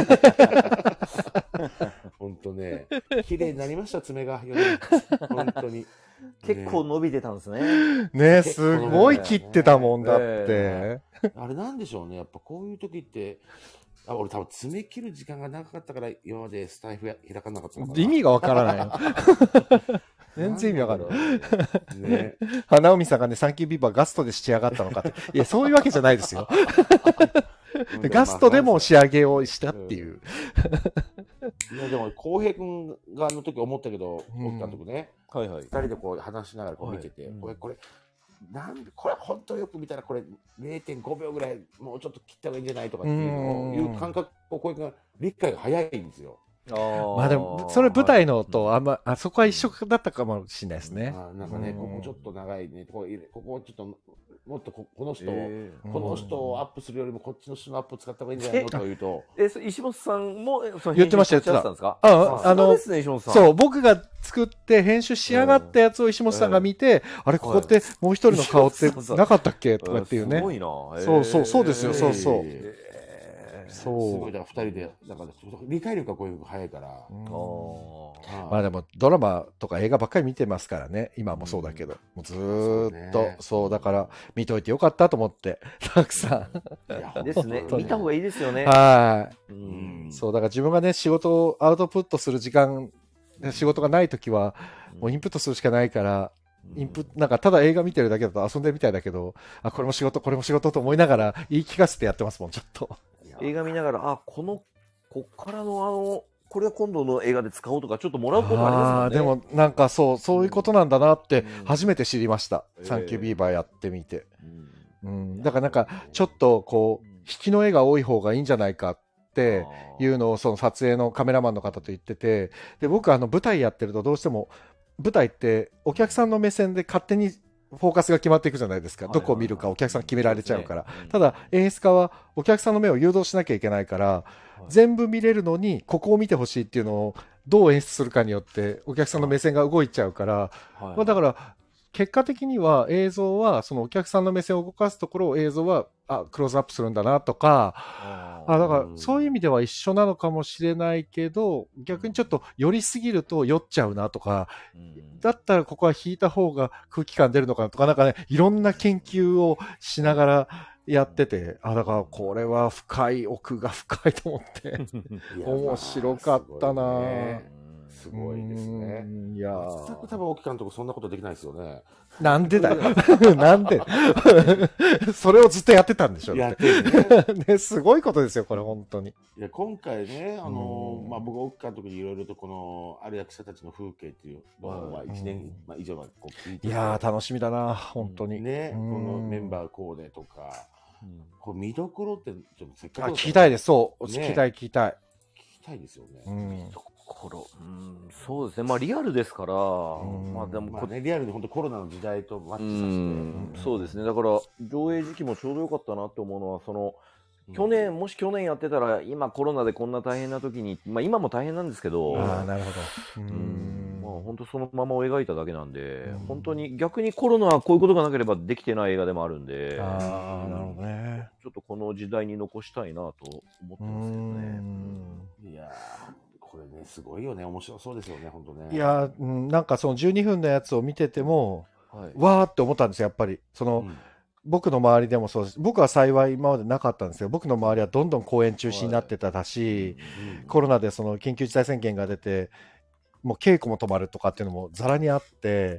本当ね綺麗になりました爪が本当に結構伸びてたんですね。 ねすごい切ってたもんだって、 えー、あれなんでしょうねやっぱこういう時ってあ俺多分爪切る時間が長かったから今までスタイフや開かなかったのかな。 意味がわからないよ全然意味わかんない。ね、花海さんがね、サンキュービーバーガストで仕上がったのかって。いや、そういうわけじゃないですよ。ガストでも仕上げをしたっていう。 いや、でも、浩平君があの時思ったけど、大木監督ね、はいはい、ふたりでこう話しながらこう見てて、はい、これ、これ、なんで、これ本当よく見たら、これ れいてんごびょうぐらい、もうちょっと切った方がいいんじゃないとかっていうのを、いう感覚を、浩平君が理解が早いんですよ。 あまあでも、それ舞台のと、あんま、あそこは一緒だったかもしれないですね。 あなんかね、ここちょっと長いね、ここ、ここちょっと、もっと こ, この人を、えー、この人をアップするよりもこっちの人のアップを使った方がいいんじゃないのとか言うと。 え、え石本さんもその言ってました、言ってた。 んですか？ ああ、あの、ね、そう、僕が作って編集し上がったやつを石本さんが見て、あれ、ここってもう一人の顔ってなかったっけとかっていうね。すごいな。そうそう、そうですよ、そうそう。 そうすごい、だからふたりで、だから理解力がこういう早いから。うん、 まあでもドラマとか映画ばっかり見てますからね、今もそうだけど、うん、もうずーっと、そう、ね、そうだから見といてよかったと思って、たくさん。ですね、見た方がいいですよね。 はい、うん。そう、だから自分がね、仕事をアウトプットする時間、仕事がないときは、もうインプットするしかないから、インプなんかただ映画見てるだけだと遊んでるみたいだけど、あ、これも仕事これも仕事と思いながら言い聞かせてやってますもん、ちょっと。 映画見ながら、あ、このこっからのあのこれは今度の映画で使おうとかちょっともらうことありますもんね。 でもなんかそうそういうことなんだなって初めて知りました、うん、サンキュービーバーやってみて、うんうん、だからなんかちょっとこう引きの絵が多い方がいいんじゃないかっていうのをその撮影のカメラマンの方と言ってて、で僕はあの舞台やってるとどうしても舞台ってお客さんの目線で勝手にフォーカスが決まっていくじゃないですか、どこを見るかお客さん決められちゃうから、ただ演出家はお客さんの目を誘導しなきゃいけないから、全部見れるのにここを見てほしいっていうのをどう演出するかによってお客さんの目線が動いちゃうから、まあだから結果的には映像はそのお客さんの目線を動かすところを映像はあクローズアップするんだなとか、あだからそういう意味では一緒なのかもしれないけど、逆にちょっと寄りすぎると酔っちゃうなとか、だったらここは引いた方が空気感出るのかなとか、なんかねいろんな研究をしながらやってて、あだからこれは深い奥が深いと思って面白かったな。 すごいですね。いや全く多分沖監督そんなことできないですよね。 なんでだよ。なんでそれをずっとやってたんでしょ。やってるね。ね、すごいことですよこれ本当に。 いや今回ね、あのー、まあ僕沖監督にいろいろとこのある役者たちの風景っていうのをまあいちねん以上はこう聞いて、 いやー楽しみだな本当に。 ね、このメンバーコーデとか、これ見どころってちょっとせっかく聞きたいです。そう聞きたい聞きたい。 聞きたいですよね。 見どころ、うん、そうですね。まあリアルですから、まあでも、 まあね、リアルで本当コロナの時代とマッチさせて、そうですね。だから上映時期もちょうど良かったなって思うのは、その去年、もし去年やってたら今コロナでこんな大変な時に、まあ今も大変なんですけど、 ああなるほど。 うん、まあ本当そのままを描いただけなんで、本当に逆にコロナはこういうことがなければできてない映画でもあるんで、 ああなるほどね。 ちょっとこの時代に残したいなと思ってますけどね。 いやこれねすごいよね、面白そうですよね本当ね。 いや、うん、なんかそのじゅうにふんのやつを見てても、はい、わーって思ったんですよやっぱり。その、うん、僕の周りでもそうです。僕は幸い今までなかったんですけど、僕の周りはどんどん公演中止になってただし、はい、コロナでその緊急事態宣言が出てもう稽古も止まるとかっていうのもざらにあって、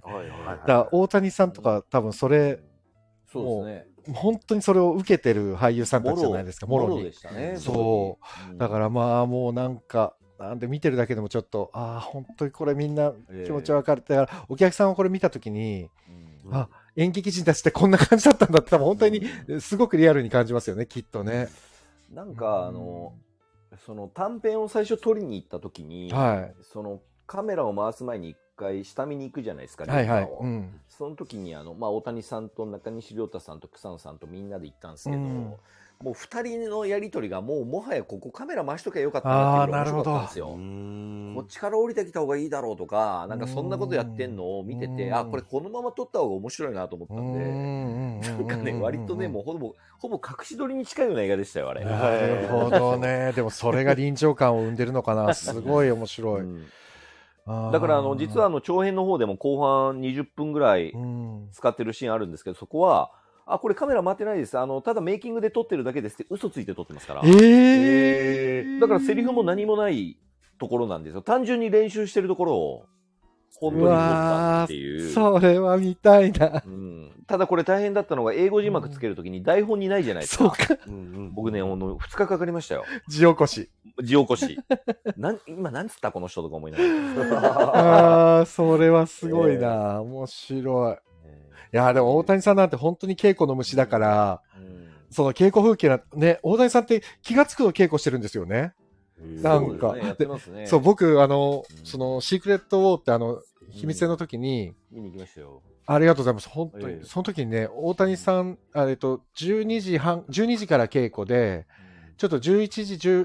はいはいはい、だから大谷さんとか多分それ、 そうですね。 本当にそれを受けてる俳優さんたちじゃないですか。もろに。でしたね。そう、うん。だからまあもうなんかなんで見てるだけでもちょっとああ本当にこれみんな気持ち分かる。だからお客さんはこれ見たときに、うん、あ演劇人たちってこんな感じだったんだって多分本当にすごくリアルに感じますよねきっとね。 なんかあの、うん、その短編を最初撮りに行ったときに、はい、そのカメラを回す前に一回下見に行くじゃないですか、はいはい、うん、その時にあの、まあ、大谷さんと中西亮太さんと草野さんとみんなで行ったんですけど、うん、もうふたりのやり取りがもうもはやここカメラ回しときゃよかったなっていうのが面白かったんですよ。こっちから降りてきた方がいいだろうとか、なんかそんなことやってんのを見てて、あこれこのまま撮った方が面白いなと思ったんで、なんかね割とねもうほぼほぼ隠し撮りに近いような映画でしたよあれ。 なるほどね。でもそれが臨場感を生んでるのかな。すごい面白い。うんだからあの実はあの長編の方でも後半にじゅっぷんぐらい使ってるシーンあるんですけど、そこはあこれカメラ回ってないです、あのただメイキングで撮ってるだけですって嘘ついて撮ってますから、えー、だからセリフも何もないところなんですよ。単純に練習してるところを本当に撮ったっていう。 それは見たいな、 うん、ただこれ大変だったのが英語字幕つけるときに台本にないじゃないですか、うん、そうか、うんうん、僕ねふつかかかりましたよ字起こし字起こしなん今何つったこの人とか思いながらあそれはすごいな、えー、面白い、えー、いやでも大谷さんなんて本当に稽古の虫だから、うんうん、その稽古風景なね、大谷さんって気がつくの稽古してるんですよね。なんか、ねね、そう、僕、あの、うん、その、シークレットウォーって、あの、秘密の時に、 うん、見に行きましたよ。 ありがとうございます。本当に、えー、その時にね、大谷さん、あえっと、じゅうにじはん、じゅうにじから稽古で、うん、ちょっとじゅういちじ、じゅう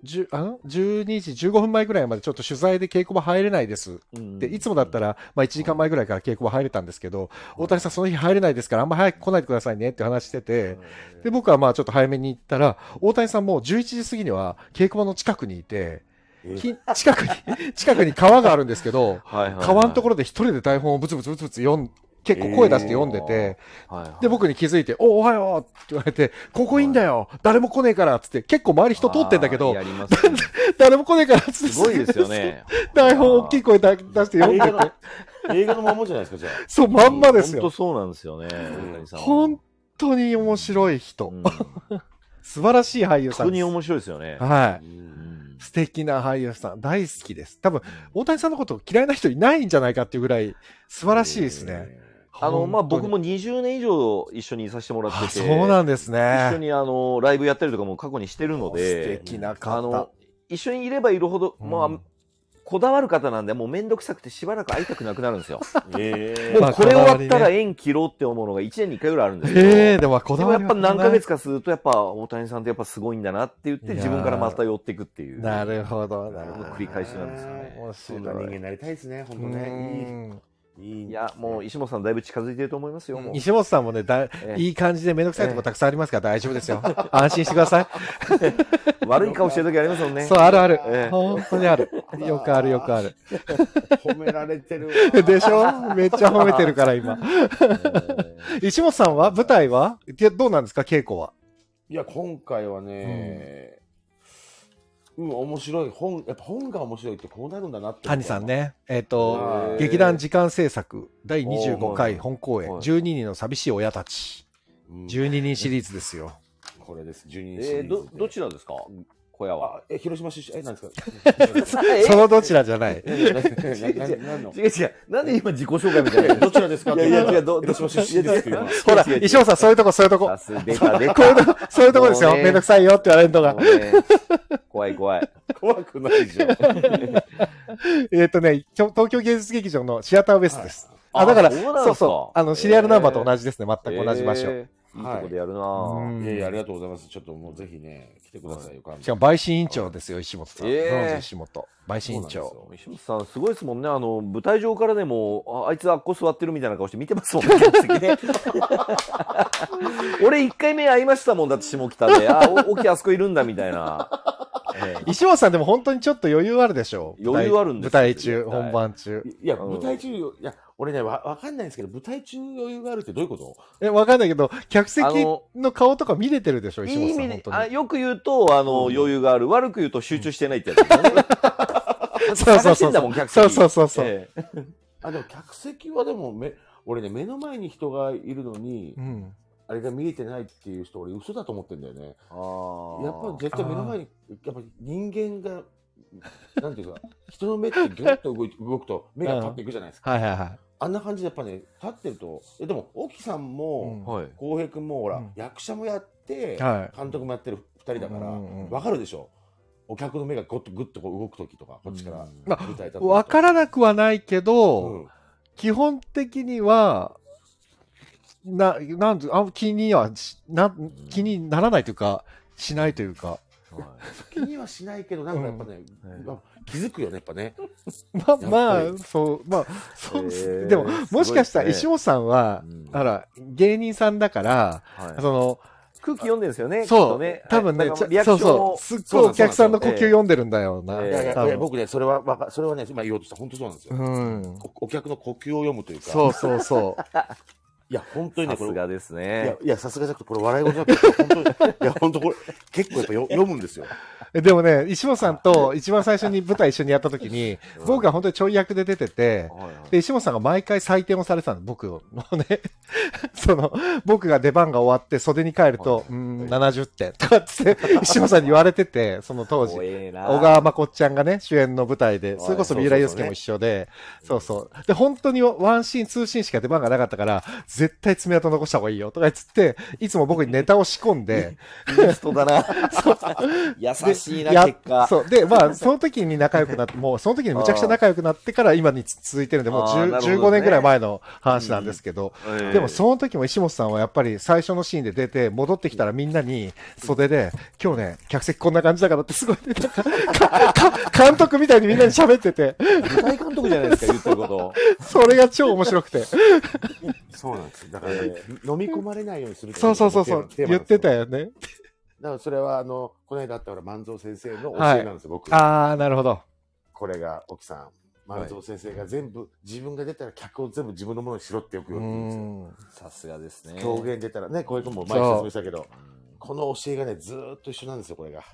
あのじゅうにじじゅうごふんまえぐらいまでちょっと取材で稽古場入れないですで、いつもだったら、まあ、いちじかんまえぐらいから稽古場入れたんですけど、大谷さんその日入れないですからあんま早く来ないでくださいねって話してて、で僕はまあちょっと早めに行ったら、大谷さんもじゅういちじ過ぎには稽古場の近くにいて、近くに近くに川があるんですけど、川のところで一人で台本をブツブツブツブツ読ん結構声出して読んでて、えーはいはい、で、僕に気づいて、お、おはようって言われて、ここいいんだよ、はい、誰も来ねえからっつって、結構周り人通ってんだけど、ね、誰も来ねえからっつって、 すごいですよね。 台本大きい声出して読んでて。 映画のまんまじゃないですか、じゃあ。 そう、まんまですよ。 本当そうなんですよね、 本当に面白い人。うん、素晴らしい俳優さんです。 本当に面白いですよね。 はい。素敵な俳優さん、大好きです。多分、大谷さんのこと嫌いな人いないんじゃないかっていうぐらい素晴らしいですね。 あの、まあ、僕もにじゅうねん以上一緒にいさせてもらってて。 そうなんですね。 一緒にあの、ライブやったりとかも過去にしてるので。 素敵な方。 あの、一緒にいればいるほど、うん、まあ、こだわる方なんで、もうめんどくさくてしばらく会いたくなくなるんですよ。えー、もうこれ終わったら縁切ろうって思うのがいちねんにいっかいぐらいあるんですけど。 えー、でもこだわりでもやっぱ何ヶ月かすると、やっぱ大谷さんってやっぱすごいんだなって言って、自分からまた寄っていくっていう。 なるほど、なるほど。 繰り返しなんですよね。 そんな人間になりたいですね、本当ね。 いい。いや、もう石本さんだいぶ近づいてると思いますよ。 うん、石本さんもね、だいい感じでめんどくさいとこたくさんありますから大丈夫ですよ。安心してください。 悪い顔してる時ありますもんね。 そう、あるある。えー、本当にある。よくあるよくある。 褒められてるわ。でしょ？めっちゃ褒めてるから今。石本さんは舞台はどうなんですか、稽古は。 いや、今回はね、うん、うん、面白い。本、やっぱ本が面白いってこうなるんだなって。 谷さんね。えっと、劇団時間制作だいにじゅうごかい本公演、じゅうににんの寂しい親たち。じゅうににんシリーズですよ。 これです。じゅうににんシリーズ。 えー、ど、どちらですか？小屋は。 え、広島出身、え、なんですか？ そのどちらじゃない。違う違う。なんで今自己紹介みたいな。 どちらですか？ いやいや違う、ど、 広島出身ですよ。 ほら、石本さん、そういうとこ、そういうとこ。 出た、出た。 こういうとこ、そういうとこですよ。めんどくさいよって言われるのが。 怖い怖い。 怖くないじゃん。 えっとね、東京芸術劇場のシアターウエストです。あ、だから、そうそう。あの、シリアルナンバーと同じですね。全く同じ場所。 いいとこでやるなぁ。 いやいや、ありがとうございます。ちょっともうぜひね、来てくださいよ。 しかも、陪審委員長ですよ、石本さん。ええ。石本。陪審委員長。 石本さん、すごいですもんね。あの、舞台上からでも、あいつあっこ座ってるみたいな顔して見てますもんね。俺一回目会いましたもんだって下北で。あ、沖あそこいるんだみたいな。 石本さんでも本当にちょっと余裕あるでしょ。 余裕あるんです舞台中、本番中。 いや、舞台中、いや、俺ね、わ、わかんないんですけど、舞台中余裕があるってどういうこと？ え、わかんないけど、客席の顔とか見れてるでしょ、石本さん。 いい意味で、あ、よく言うと、あの、余裕がある。悪く言うと集中してないってやつですね。 そうそうそう。そうそうそうそう。 あ、でも客席はでも、め、俺ね、目の前に人がいるのに、あれが見えてないっていう人、俺嘘だと思ってんだよね。やっぱり絶対目の前に、やっぱ人間が、なんていうか、人の目ってギュッと動いて動くと目が立っていくじゃないですか。 はいはいはい。 あんな感じでやっぱね、立ってると、えでも、沖さんも、浩平君も、ほら、役者もやって、監督もやってるふたりだから、わかるでしょ。お客の目がゴッとグッと動くときとか、こっちから舞台立って。わからなくはないけど、基本的には、な、なんて、あ気にはな、気にならないというか、しないというか。 気にはしないけど、なんかやっぱね、気づくよね、やっぱね。 まあ、まあ、そう、まあ、そう、でも、もしかしたら石本さんは、あら、芸人さんだから、その、 空気読んでるんですよね。 そう。多分ね、そうそう。すっごいお客さんの呼吸読んでるんだよな。 いやいや、僕ね、それは、それはね、今言おうとした本当そうなんですよ。うん。お客の呼吸を読むというか。 そうそうそう。 いや、本当にね、 これ。さすがですね。 いや、いや、さすがじゃなくて、これ笑い事じゃなくて、本当に、いや、本当これ、結構やっぱ読むんですよ。 でもね、石本さんと一番最初に舞台一緒にやった時に、僕が本当にちょい役で出てて、で、石本さんが毎回採点をされてたの、僕のね。その、僕が出番が終わって袖に帰ると、うん、ななじゅってんとかって、石本さんに言われてて、その当時、小川まこっちゃんがね、主演の舞台で、それこそ三浦祐介も一緒で、そうそう。で、本当にワンシーン、ツーシーンしか出番がなかったから、 絶対爪痕残した方がいいよとか言って、いつも僕にネタを仕込んで。 いい人だな。優しいな、結果。 そう。で、まあ、その時に仲良くなって、もうその時にむちゃくちゃ仲良くなってから今に続いてるんで、もうじゅう、じゅうごねんぐらい前の話なんですけど、うん、でもその時も石本さんはやっぱり最初のシーンで出て、戻ってきたらみんなに袖で、今日ね、客席こんな感じだからってすごい、ね、監督みたいにみんなに喋ってて。 舞台監督じゃないですか、言ってること。 それが超面白くて。 そうなんです。だから、ね、飲み込まれないようにする。 そうそうそうそう。言ってたよね。 だからそれはあのこの間あったら万蔵先生の教えなんですよ、はい、僕。 ああ、なるほど。 これが沖さん、万蔵先生が全部、はい、自分が出たら客を全部自分のものにしろってよく言うんですよ。さすがですね。 狂言出たらね、こういうのも前に説明したけど。この教えがね、ずーっと一緒なんですよ、これが。 うん。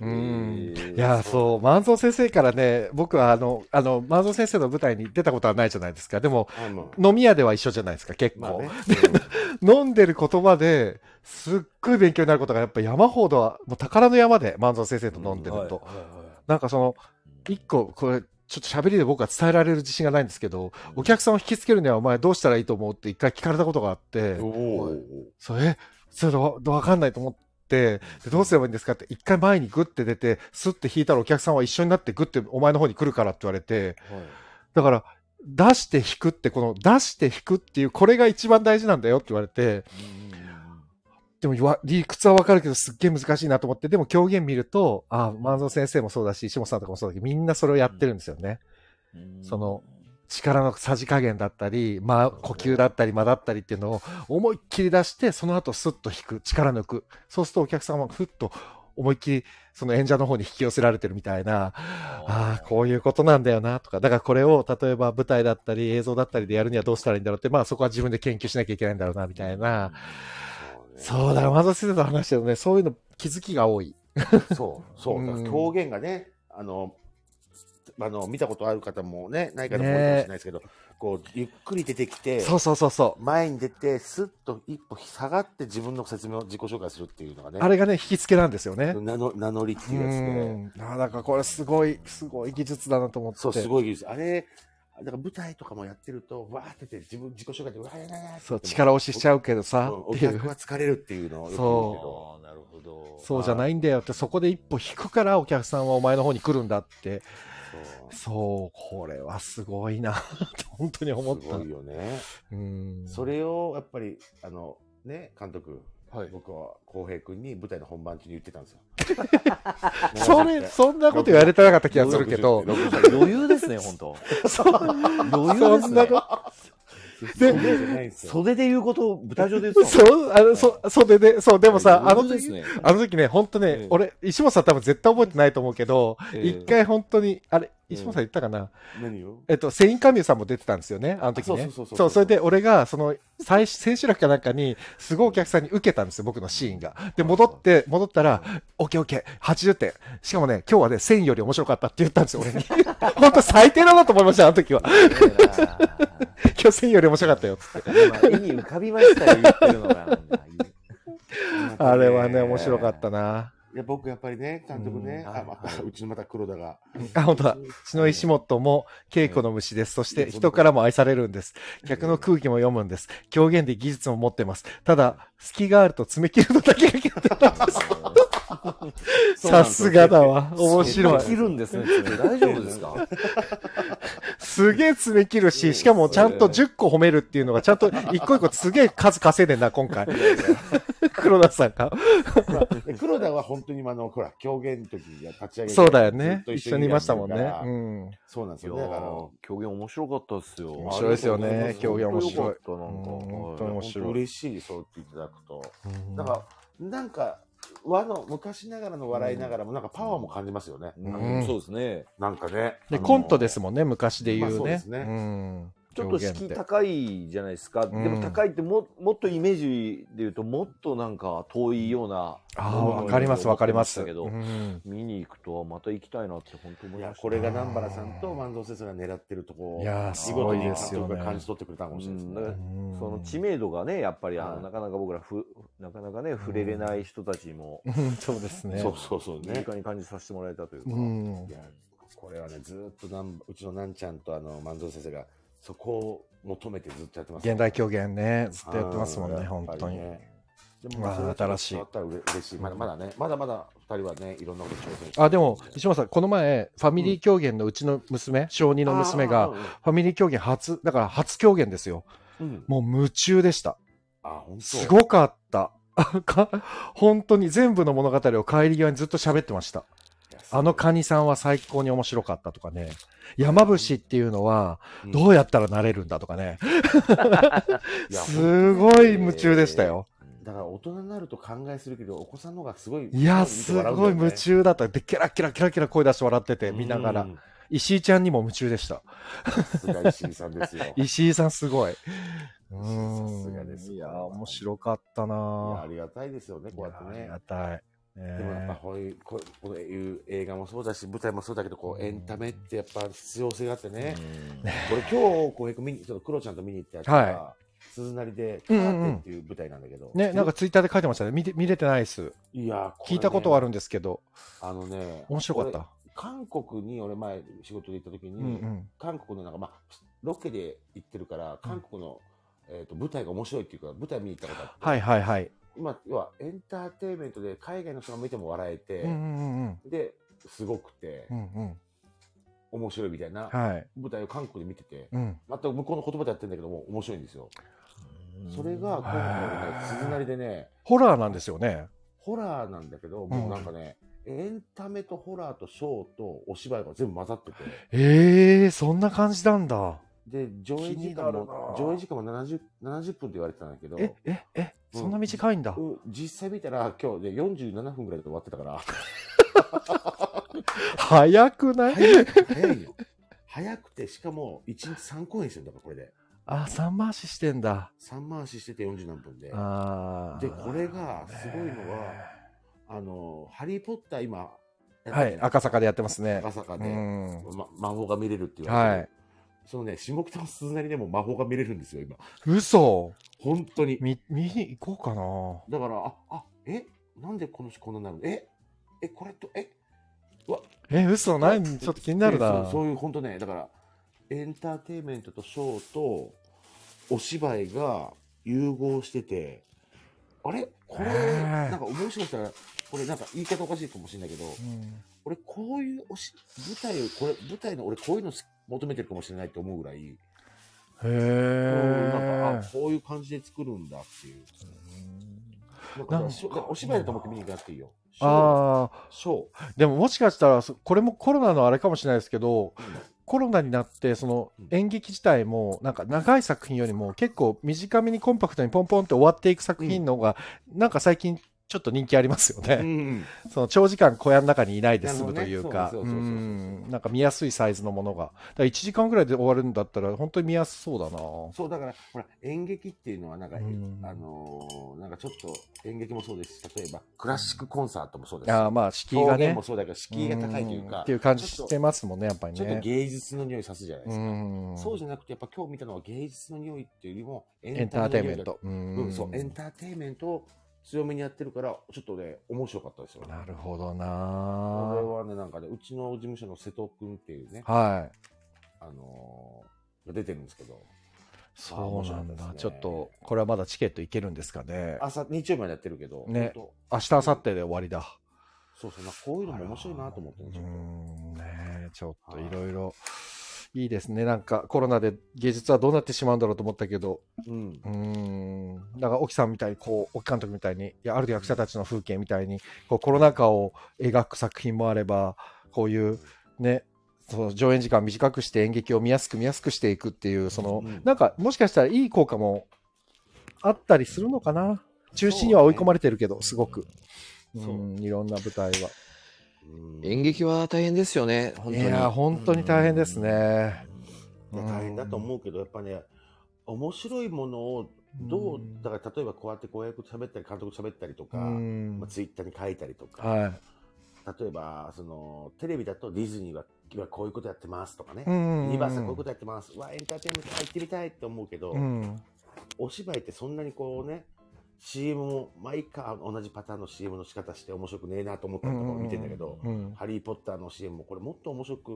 いや、そう、万蔵先生からね、僕はあの、あの、万蔵先生の舞台に出たことはないじゃないですか。でも、飲み屋では一緒じゃないですか、結構。まあね、飲んでる言葉で、すっごい勉強になることがやっぱ山ほどは、もう宝の山で万蔵先生と飲んでると。なんかその、一個、これ、ちょっと喋りで僕は伝えられる自信がないんですけど、お客さんを引きつけるにはお前どうしたらいいと思うって一回聞かれたことがあって、それ、それわかんないと思って、でどうすればいいんですかって一回前にグッて出てスッて引いたらお客さんは一緒になってグッてお前の方に来るからって言われて、はい、だから出して引くってこの出して引くっていうこれが一番大事なんだよって言われて、でも理屈はわかるけどすっげえ難しいなと思って、でも狂言見るとあ万蔵先生もそうだし石本さんとかもそうだけどみんなそれをやってるんですよね。その力のさじ加減だったり、まあ、呼吸だったり間だったりっていうのを思いっきり出してその後スッと引く、力抜く、そうするとお客さんはふっと思いっきりその演者の方に引き寄せられてるみたいな、ああこういうことなんだよなとか、だからこれを例えば舞台だったり映像だったりでやるにはどうしたらいいんだろうって、まあそこは自分で研究しなきゃいけないんだろうなみたいな、そうだ万蔵先生と話してるとね、そういうの気づきが多い。 そうそう、だから狂言がね、あのあの見たことある方もねない方も多いかもしれないですけど、ね、こうゆっくり出てきて、 そうそうそうそう、 前に出てスッと一歩下がって自分の説明を自己紹介するっていうのがね、 あれがね引きつけなんですよね。 名の名乗りっていうやつで、 あだからこれすごいすごい技術だなと思って。 そうすごい技術、あれだから舞台とかもやってるとわーってて自分自己紹介でわーやなーってそう力押ししちゃうけどさ、 お客は疲れるっていうのをよく言うけど、 なるほど、 そうじゃないんだよって、そこで一歩引くからお客さんはお前の方に来るんだって。そう、これはすごいなと本当に思った。 すごいよね。うん。それをやっぱりあのね監督、はい、僕は浩平君に舞台の本番中に言ってたんですよ。 それそんなこと言われてなかった気がするけど、 余裕ですね本当。余裕ですね。で、袖で言うことを舞台上で言ってたの。そう、あの、そ、袖で、そう、でもさ、あの時、あの時ね、本当ね、俺、石本さん多分絶対覚えてないと思うけど、一回本当に、あれ、石本さん言ったかな、 何よえっと、セインカミューさんも出てたんですよね、あの時ね。そう、それで俺が、その、最、千秋楽かなんかに、すごいお客さんに受けたんですよ、僕のシーンが。で、戻って、戻ったら、オッケーオッケー、はちじゅってん。しかもね、今日はね、せんより面白かったって言ったんですよ、俺に。本当最低だなと思いました、あの時は。今日せんより面白かったよ、つって。 絵に浮かびましたよ、言ってるのが。 あれはね、面白かったな。 いや僕やっぱりね監督ね、うん、あまたうちのまた黒田があ本当だ、うちの石本も稽古の虫です。そして人からも愛されるんです。客の空気も読むんです。狂言で技術も持ってます。ただ隙があると爪切るのだけが嫌いなんです。さすがだわ、面白い。 切るんですね、大丈夫ですか？ すげえ爪切るし、しかもちゃんとじゅっこ褒めるっていうのがちゃんと一個一個すげえ数稼いでんな今回。黒田さんが。 黒田は本当にあのほら狂言の時や立ち上げそうだよね。一緒にいましたもんね。うん。 そうなんですよね。だから狂言面白かったですよ。 面白いですよね。狂言面白い。 本当に面白い。嬉しいそう言っていただくと。なんかなんか和の昔ながらの笑いながらもなんかパワーも感じますよね。 そうですね。 なんかね。 でコントですもんね、昔で言うね。そうですね。 ちょっと敷居高いじゃないですか。でも高いってももっとイメージで言うともっとなんか遠いような。 ああわかりますわかりますけど、見に行くとまた行きたいなって本当思いました。 これが南原さんと万蔵先生が狙ってるところ。 いやすごいですよね。 感じ取ってくれたかもしれないですね。 その知名度がねやっぱりなかなか僕らふなかなかね触れれない人たちもそうですね。 そうそうそうね。 身近に感じさせてもらえたというか。 いやこれはねずっとなんうちのなんちゃんとあの万蔵先生がそこを求めてずっとやってます、ね、 現代狂言ね、ずっとやってますもんね、本当に。 でも、まあ、新しい。嬉しい。まだまだね、まだまだふたりはね、いろんなこと挑戦して。 あ、でも、石本さん、この前、ファミリー狂言のうちの娘、小にの娘が、ファミリー狂言初、だから初狂言ですよ。うん、もう夢中でした。 あ、本当。 すごかった。本当に全部の物語を帰り際にずっと喋ってました。あのカニさんは最高に面白かったとかね。山伏っていうのはどうやったらなれるんだとかね。うん、すごい夢中でしたよ。 だから大人になると考えするけど、お子さんの方がすごい、 いや、すごい夢中だった。で、キラキラキラキラ声出して笑ってて、見ながら。石井ちゃんにも夢中でした。 さすが石井さんですよ。 石井さんすごい。 うん。さすがです。 いや、面白かったな。 ありがたいですよね、こうやってね。 ありがたい。 でもやっぱこういう、こういう映画もそうだし、舞台もそうだけど、こう、エンタメってやっぱ必要性があってね。これ今日、こう、見に、ちょっとクロちゃんと見に行ったやつが、鈴なりで、カーテンっていう舞台なんだけど。 ね、なんかツイッターで書いてましたね。見て、見れてないです。 いや、 聞いたことはあるんですけど。 あのね、 面白かった。 韓国に俺前仕事で行った時に、韓国のなんか、まあ、ロケで行ってるから、韓国の、えっと、舞台が面白いっていうか、舞台見に行ったことあって。 はいはいはい。 今、要はエンターテインメントで海外の人が見ても笑えて、で、すごくて、うんうん、面白いみたいな舞台を韓国で見てて、はい、また向こうの言葉でやってるんだけども、面白いんですよ。それが今回のね、鈴なりでね、 ホラーなんですよね。 ホラーなんだけど、もうなんかね、うん、エンタメとホラーとショーとお芝居が全部混ざってて。 えー、そんな感じなんだ。 で、上映時間も、上映時間もななじゅう、ななじゅっぷんって言われてたんだけど。 え、え、え、そんな短いんだ。 うん、実際見たら今日でよんじゅうななふんぐらいで終わってたから。 早くない？ 早い、早いよ。早くて、しかもいちにちさんこうえんしてるんだから、これで。 あ、さん回ししてんだ。 さん回ししててよんじゅうなんぷんで。 あで、これがすごいのは、あの、ハリーポッター今、 はい、赤坂でやってますね。 赤坂で、ま、魔法が見れるって言われてる。はい。そのね、下北の鈴なりでも魔法が見れるんですよ、今。 嘘。 本当に。 見、見に行こうかな。 だから、あ、あ、え、なんでこの人こんなになるの？え、え、これと、え、うわ。 え、嘘ない？ちょっと気になるな。 そう、そういう本当ね、だから、エンターテインメントとショーとお芝居が融合してて、あれこれ、なんか面白かったら、これなんか言い方おかしいかもしれないけど、うん、俺こういうおし舞台を、これ、舞台の俺こういうの求めてるかもしれないって思うぐらい、へー。 なんか、あ、こういう感じで作るんだっていう。うん、なんかお芝居だと思って見に行かなくていいよ。 ああ。 ショー。 でももしかしたら、これもコロナのあれかもしれないですけど、うん、コロナになって、その演劇自体も、なんか長い作品よりも結構短めにコンパクトにポンポンって終わっていく作品の方が、なんか最近ちょっと人気ありますよね。うん、その長時間小屋の中にいないで済むというか、なんか見やすいサイズのものが。だからいちじかんぐらいで終わるんだったら本当に見やすそうだな。 そう、だからほら演劇っていうのはなんか、うん、あのー、なんかちょっと演劇もそうですし、例えばクラシックコンサートもそうですし、 あまあ敷居がね、 表現もそうだけど敷居が高いというか、 っていう感じしてますもんね、やっぱりね。 ちょっと芸術の匂いさすじゃないですか。うそうじゃなくてやっぱ今日見たのは芸術の匂いっていうよりもエンターテインメント。 うん、そうエンターテインメントを強めにやってるから、ちょっとね、面白かったですよ。 なるほどなぁ。これはね、なんかね、うちの事務所の瀬戸くんっていうね、 はい。 あのー、出てるんですけど。 そうなんだ。ね、ちょっと、これはまだチケットいけるんですかね。 朝、日曜日までやってるけど。 ね。明日、明後日で終わりだ。 そうそう、こういうのも面白いなと思ってるんですよ。うん、ねちょっといろいろ。いいですね。なんかコロナで芸術はどうなってしまうんだろうと思ったけど、うん、うーんなんか沖さんみたいにこう沖監督みたいにいやある役者たちの風景みたいにこうコロナ禍を描く作品もあれば、こういうねその上演時間を短くして演劇を見やすく見やすくしていくっていうその、うん、なんかもしかしたらいい効果もあったりするのかな。中止には追い込まれてるけどすごく、うん、いろんな舞台は。 演劇は大変ですよね、本当に。いや、本当に大変ですね。 いや大変だと思うけど、やっぱね、面白いものをどう、だから例えばこうやって子役と喋ったり、監督と喋ったりとか、まあ、ツイッターに書いたりとか、はい、例えば、その、テレビだとディズニーは今こういうことやってますとかね、ユニバーサルこういうことやってます、わ、エンターテインメント行ってみたいって思うけど、お芝居ってそんなにこうね、シーエム も毎回同じパターンの シーエム の仕方して面白くねえなと思ったりとか見てんだけど、うんうん、ハリーポッターの シーエム もこれもっと面白く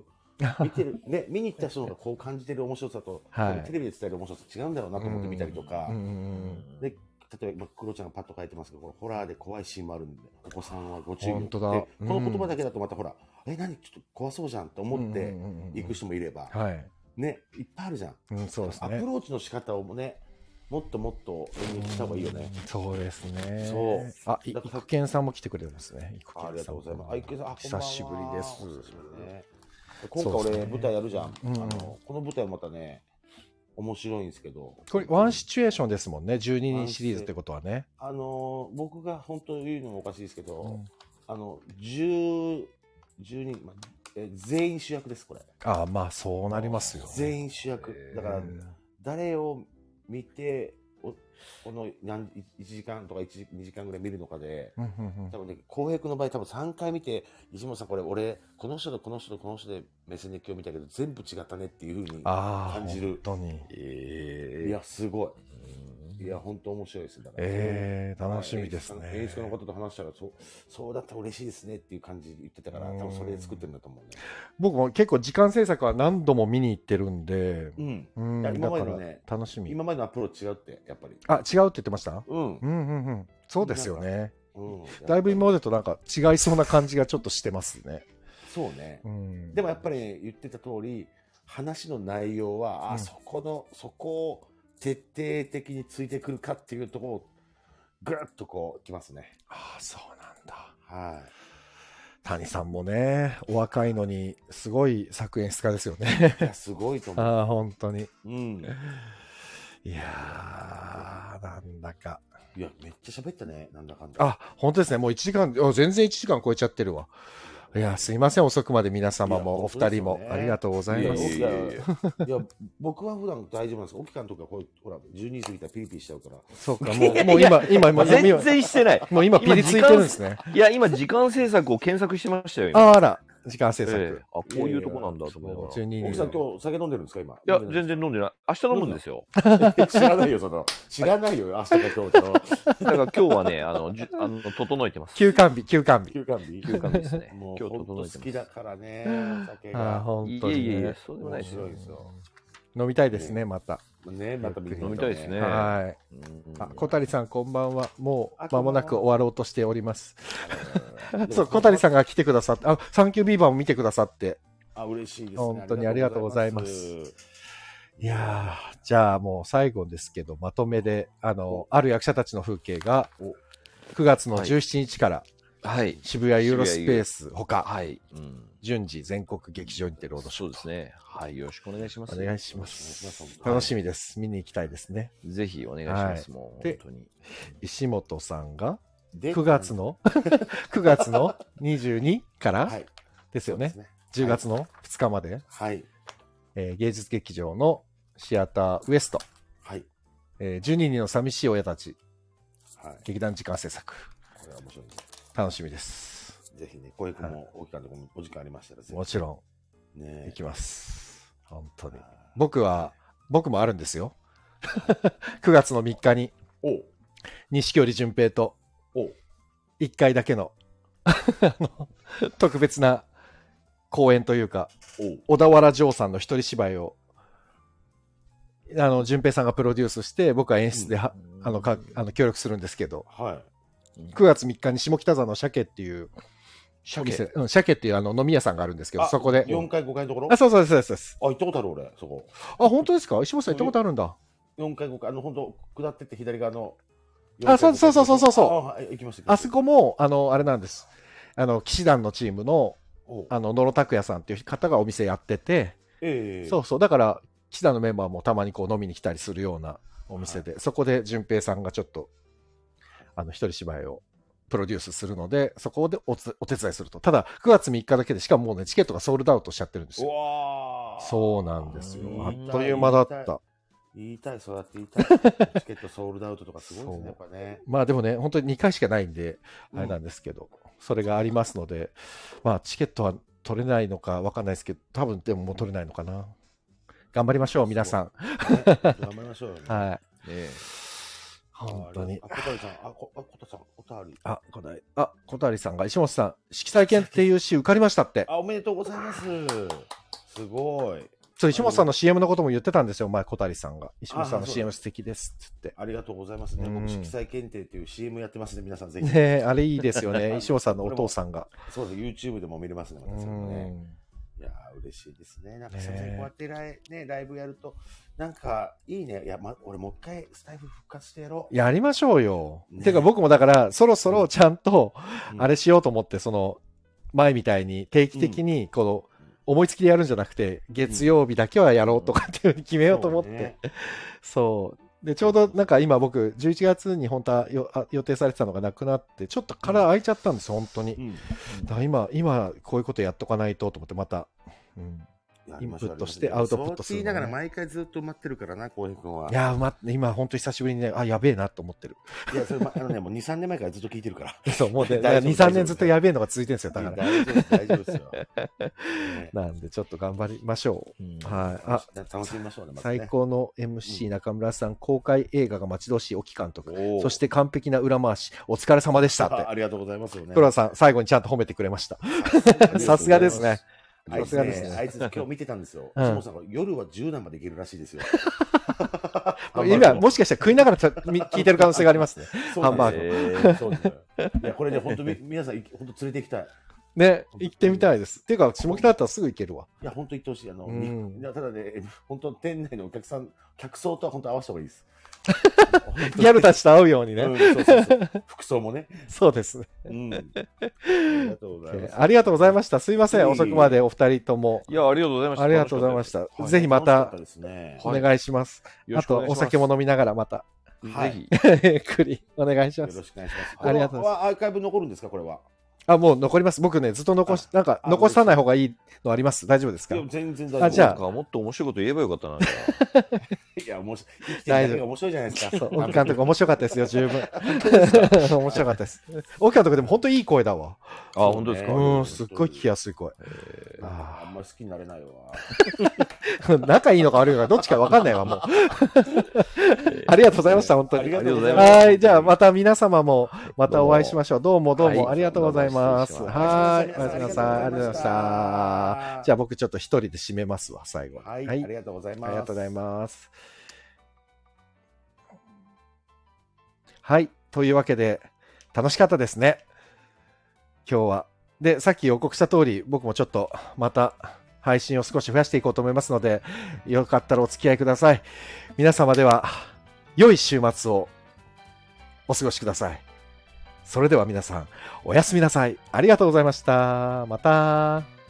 見てる、ね、見に行った人がこう感じてる面白さと、はい、テレビで伝える面白さ違うんだろうなと思って見たりとか、で例えばクロちゃんがパッと書いてますけど、これホラーで怖いシーンもあるんで、お子さんはご注意を。 本当だ。 でこの言葉だけだとまたほら、え、何ちょっと怖そうじゃんと思って行く人もいれば、ね、いっぱいあるじゃん。 うん、そうですね。 アプローチの仕方をね、もっともっと演劇した方がいいよね。 そうですね。 そう。 あ、育賢さんも来てくれるんですね。 ありがとうございます。あ、育賢さん、 久しぶりです。 今回俺舞台やるじゃん。あのこの舞台またね、面白いんですけど。 これワンシチュエーションですもんね。じゅうににんシリーズってことはね。 あの僕が本当に言うのもおかしいですけど、あのじゅう、じゅうにん、え全員主役ですこれ。 ああ、まあそうなりますよ。 全員主役。だから誰を見て。この何いちじかんとかいち、にじかんぐらい見るのかで、多分ね、浩平君の場合多分さんかい見て、石本さんこれ俺、この人とこの人とこの人で目線で今日見たけど、全部違ったねっていうふうに感じる。 本当に。 えー、いや、すごい。いや、本当面白いです。だからえー、楽しみですね。 演出家の方と話したら、そう、そうだったら嬉しいですねっていう感じで言ってたから、多分それで作ってるんだと思うね。 僕も結構時間制作は何度も見に行ってるんで、 うん。うん、今までのね、 楽しみ。 今までのアプローチ違うって、やっぱり。 あ、違うって言ってました？ うん。 うんうんうん。そうですよね。うん。だいぶ今までとなんか違いそうな感じがちょっとしてますね。 そうね。うん。でもやっぱり言ってた通り、話の内容は、あ、うん、そこの、そこを、徹底的についてくるかっていうところをぐるっとこうきますね。 ああ、そうなんだ。 はい。 谷さんもね、お若いのにすごい作演出家ですよね。 いや、すごいと思う。 ああ、本当に。 うん。 いやー、なんだか。 いや、めっちゃ喋ったね、なんだかんだ。 あ、本当ですね。もういちじかん、全然いちじかん超えちゃってるわ。いや、すいません、遅くまで皆様もお二人もありがとうございます。 いや、いや僕は普段大丈夫なんです。沖監督がこうほらじゅうにじ過ぎたらピリピリしちゃうから。 そうか、もうもう今今今全然してない。 もう今ピリついてるんですね。 いや今時間制作を検索してましたよ。 あら。時間制作。 あ、こういうとこなんだと思いながら。 奥さん今日酒飲んでるんですか今？ いや、全然飲んでない。明日飲むんですよ。 知らないよ、その。知らないよ、明日か今日の。だから今日はね、あの、じあの整えてます。 休館日、休館日。 休館日休館日ですね。 もう今日整えてます。好きだからね、酒が。あ、本当に。 いえいえ、そうでもないですよ。 飲みたいですね、また。 ね、また飲みたいですね。 はい。あ、小谷さんこんばんは。もう間もなく終わろうとしております。そう、小谷さんが来てくださって、あ、サンキュービーバーも見てくださって。 あ、嬉しいですね。 本当にありがとうございます。いやー、じゃあもう最後ですけど、まとめで、あの、ある役者たちの風景が、くがつのじゅうしちにちから、はい、渋谷ユーロスペースほか、はい、うん、順次全国劇場にてロードショー。 そうですね。はい、よろしくお願いします。 お願いします。楽しみです。見に行きたいですね。 ぜひお願いします。もう本当に。 石本さんがくがつのくがつのにじゅうにからですよね。じゅうがつのふつかまで、 はいえー、芸術劇場のシアターウエスト、 はいえー、じゅうににんの寂しい親たち、 はい、 劇団時間制作。 これは面白いです。 楽しみです。 ぜひね、小池君も大きなところお時間ありましたら、 もちろん、ね、 行きます。本当に。僕は、僕もあるんですよ。くがつのみっかに、錦織淳平と、いっかいだけの特別な公演というか、小田原城さんの一人芝居を、あの、淳平さんがプロデュースして、僕は演出では、うん、あの、か、あの、協力するんですけど、 はい、 くがつみっかに下北沢の鮭っていう、鮭うん、鮭っていうあの飲み屋さんがあるんですけど、そこで。 よんかい、ごかいのところ？ あ、そうそうそうそうです。 あ、行ったことある俺、そこ。 あ、本当ですか？石本さん行ったことあるんだ。 よんかい、ごかい、あの、本当下ってって左側の。 あ、そうそうそうそうそうそう。 あ、行きました。 あそこも、あの、あれなんです。あの、騎士団のチームの、あの、野呂拓也さんっていう方がお店やってて、 えー、 そうそう。だから、騎士団のメンバーもたまにこう飲みに来たりするようなお店で、はい、そこで淳平さんがちょっと、あの、一人芝居をプロデュースするので、そこで お, お手伝いすると。ただ、くがつみっかだけで、しかももうね、チケットがソールドアウトしちゃってるんですよ。 うわそうなんですよ。あっという間だった。 言いたい、そうやって言いたい。チケットソールドアウトとかすごいですね、やっぱね。 まあでもね、本当ににかいしかないんで、あれなんですけど、うん、それがありますので、まあチケットは取れないのかわかんないですけど、多分でももう取れないのかな。頑張りましょう、皆さん。 ね、頑張りましょうよね。 はい。 ね本当に。 あ、小谷さん、あ、こ、あ、小谷さん、小谷。 あ、小谷。あ、小谷さんが、石本さん、色彩研っていう詩受かりましたって。 あ、おめでとうございます。 すごい。 そう、石本さんの シーエム のことも言ってたんですよ、前、小谷さんが。石本さんの シーエム 素敵ですっつって。 ありがとうございますね。僕、色彩検定っていう シーエム やってますね、皆さんぜひ。 ねあれいいですよね、石本さんのお父さんが。 そうです、YouTube でも見れますね、私もね。いやー、嬉しいですね。なんか、すみません、こうやってライ,、ね、ライブやると、なんか、いいね。いや、ま、俺もう一回スタイフ復活してやろう。 やりましょうよ。ね、てか僕もだから、そろそろちゃんと、あれしようと思って、その、前みたいに定期的に、この、思いつきでやるんじゃなくて、月曜日だけはやろうとかっていうふうに決めようと思って。うん、そうね、そう。で、ちょうどなんか今僕、じゅういちがつに本当はよあ予定されてたのがなくなって、ちょっと体空いちゃったんですよ、本当に。うん、だから今、今、こういうことやっとかないとと思って、また、うん、インプットしてアウトプットする、ね。 そう言いながら毎回ずっと埋まってるからな、浩平君は。 いやー、ま、今本当久しぶりにね、あ、やべえなと思ってる。 いや、それ、ま、あのね、もうに、さんねんまえからずっと聞いてるから。 そう、もうね、に、さんねんずっとやべえのが続いてるんですよ、だから。 大丈夫です、大丈夫ですよ。 ね、なんで、ちょっと頑張りましょう。うん、はい。 あ、楽しみましょうね、 まね最高の エムシー 中村さん、うん、公開映画が待ち遠しい沖監督。そして完璧な裏回し、お疲れ様でしたって。 ありがとうございますよね。 黒田さん、最後にちゃんと褒めてくれました。さすがですね。 あいつね、あいつ今日見てたんですよ。そもそも夜はじゅうなんまでいけるらしいですよ。 今、もしかしたら食いながら聞いてる可能性がありますね。ハンバーグ。 そうですね。いや、これね、本当に皆さん、本当連れて行きたい。 ね、行ってみたいです。っていうか、下北だったらすぐ行けるわ。 いや、本当行ってほしい。あの、いやただね、本当店内のお客さん、客層とは本当合わせた方がいいです。 ギャルたちと会うようにね。 うん、そうそうそう。服装もね。 そうですね。 うん。ありがとうございます。 ありがとうございました。すいません、遅くまでお二人とも。 いや、ありがとうございました。 ありがとうございました。ぜひまた、お願いします。あと、お酒も飲みながらまた。ぜひ。ゆっくり、お願いします。 よろしくお願いします。 ありがとうございます。 アーカイブ残るんですか、これは。 あ、もう残ります。僕ね、ずっと残し、なんか、残さない方がいいのあります。大丈夫ですか？ 全然大丈夫。 あ、じゃあ、もっと面白いこと言えばよかったな。 いや、面白い。生きてるだけが面白いじゃないですか。 そう、沖監督面白かったですよ、十分。面白かったです。沖監督でも本当にいい声だわ。 あ、本当ですか？ うん、すっごい聞きやすい声。 あんまり好きになれないわ。 仲いいのか悪いのか、どっちか分かんないわ、もう。ありがとうございました、本当に。 ありがとうございます。 はい、じゃあまた皆様も、またお会いしましょう。どうもどうもありがとうございます。はい、おやすみなさい。ありがとうございました。じゃあ僕ちょっと一人で締めますわ、最後。 はい、ありがとうございます。 ありがとうございます。はい。というわけで、楽しかったですね。今日は。で、さっき予告した通り、僕もちょっとまた配信を少し増やしていこうと思いますので、よかったらお付き合いください。皆様では、良い週末をお過ごしください。それでは皆さん、おやすみなさい。ありがとうございました。また。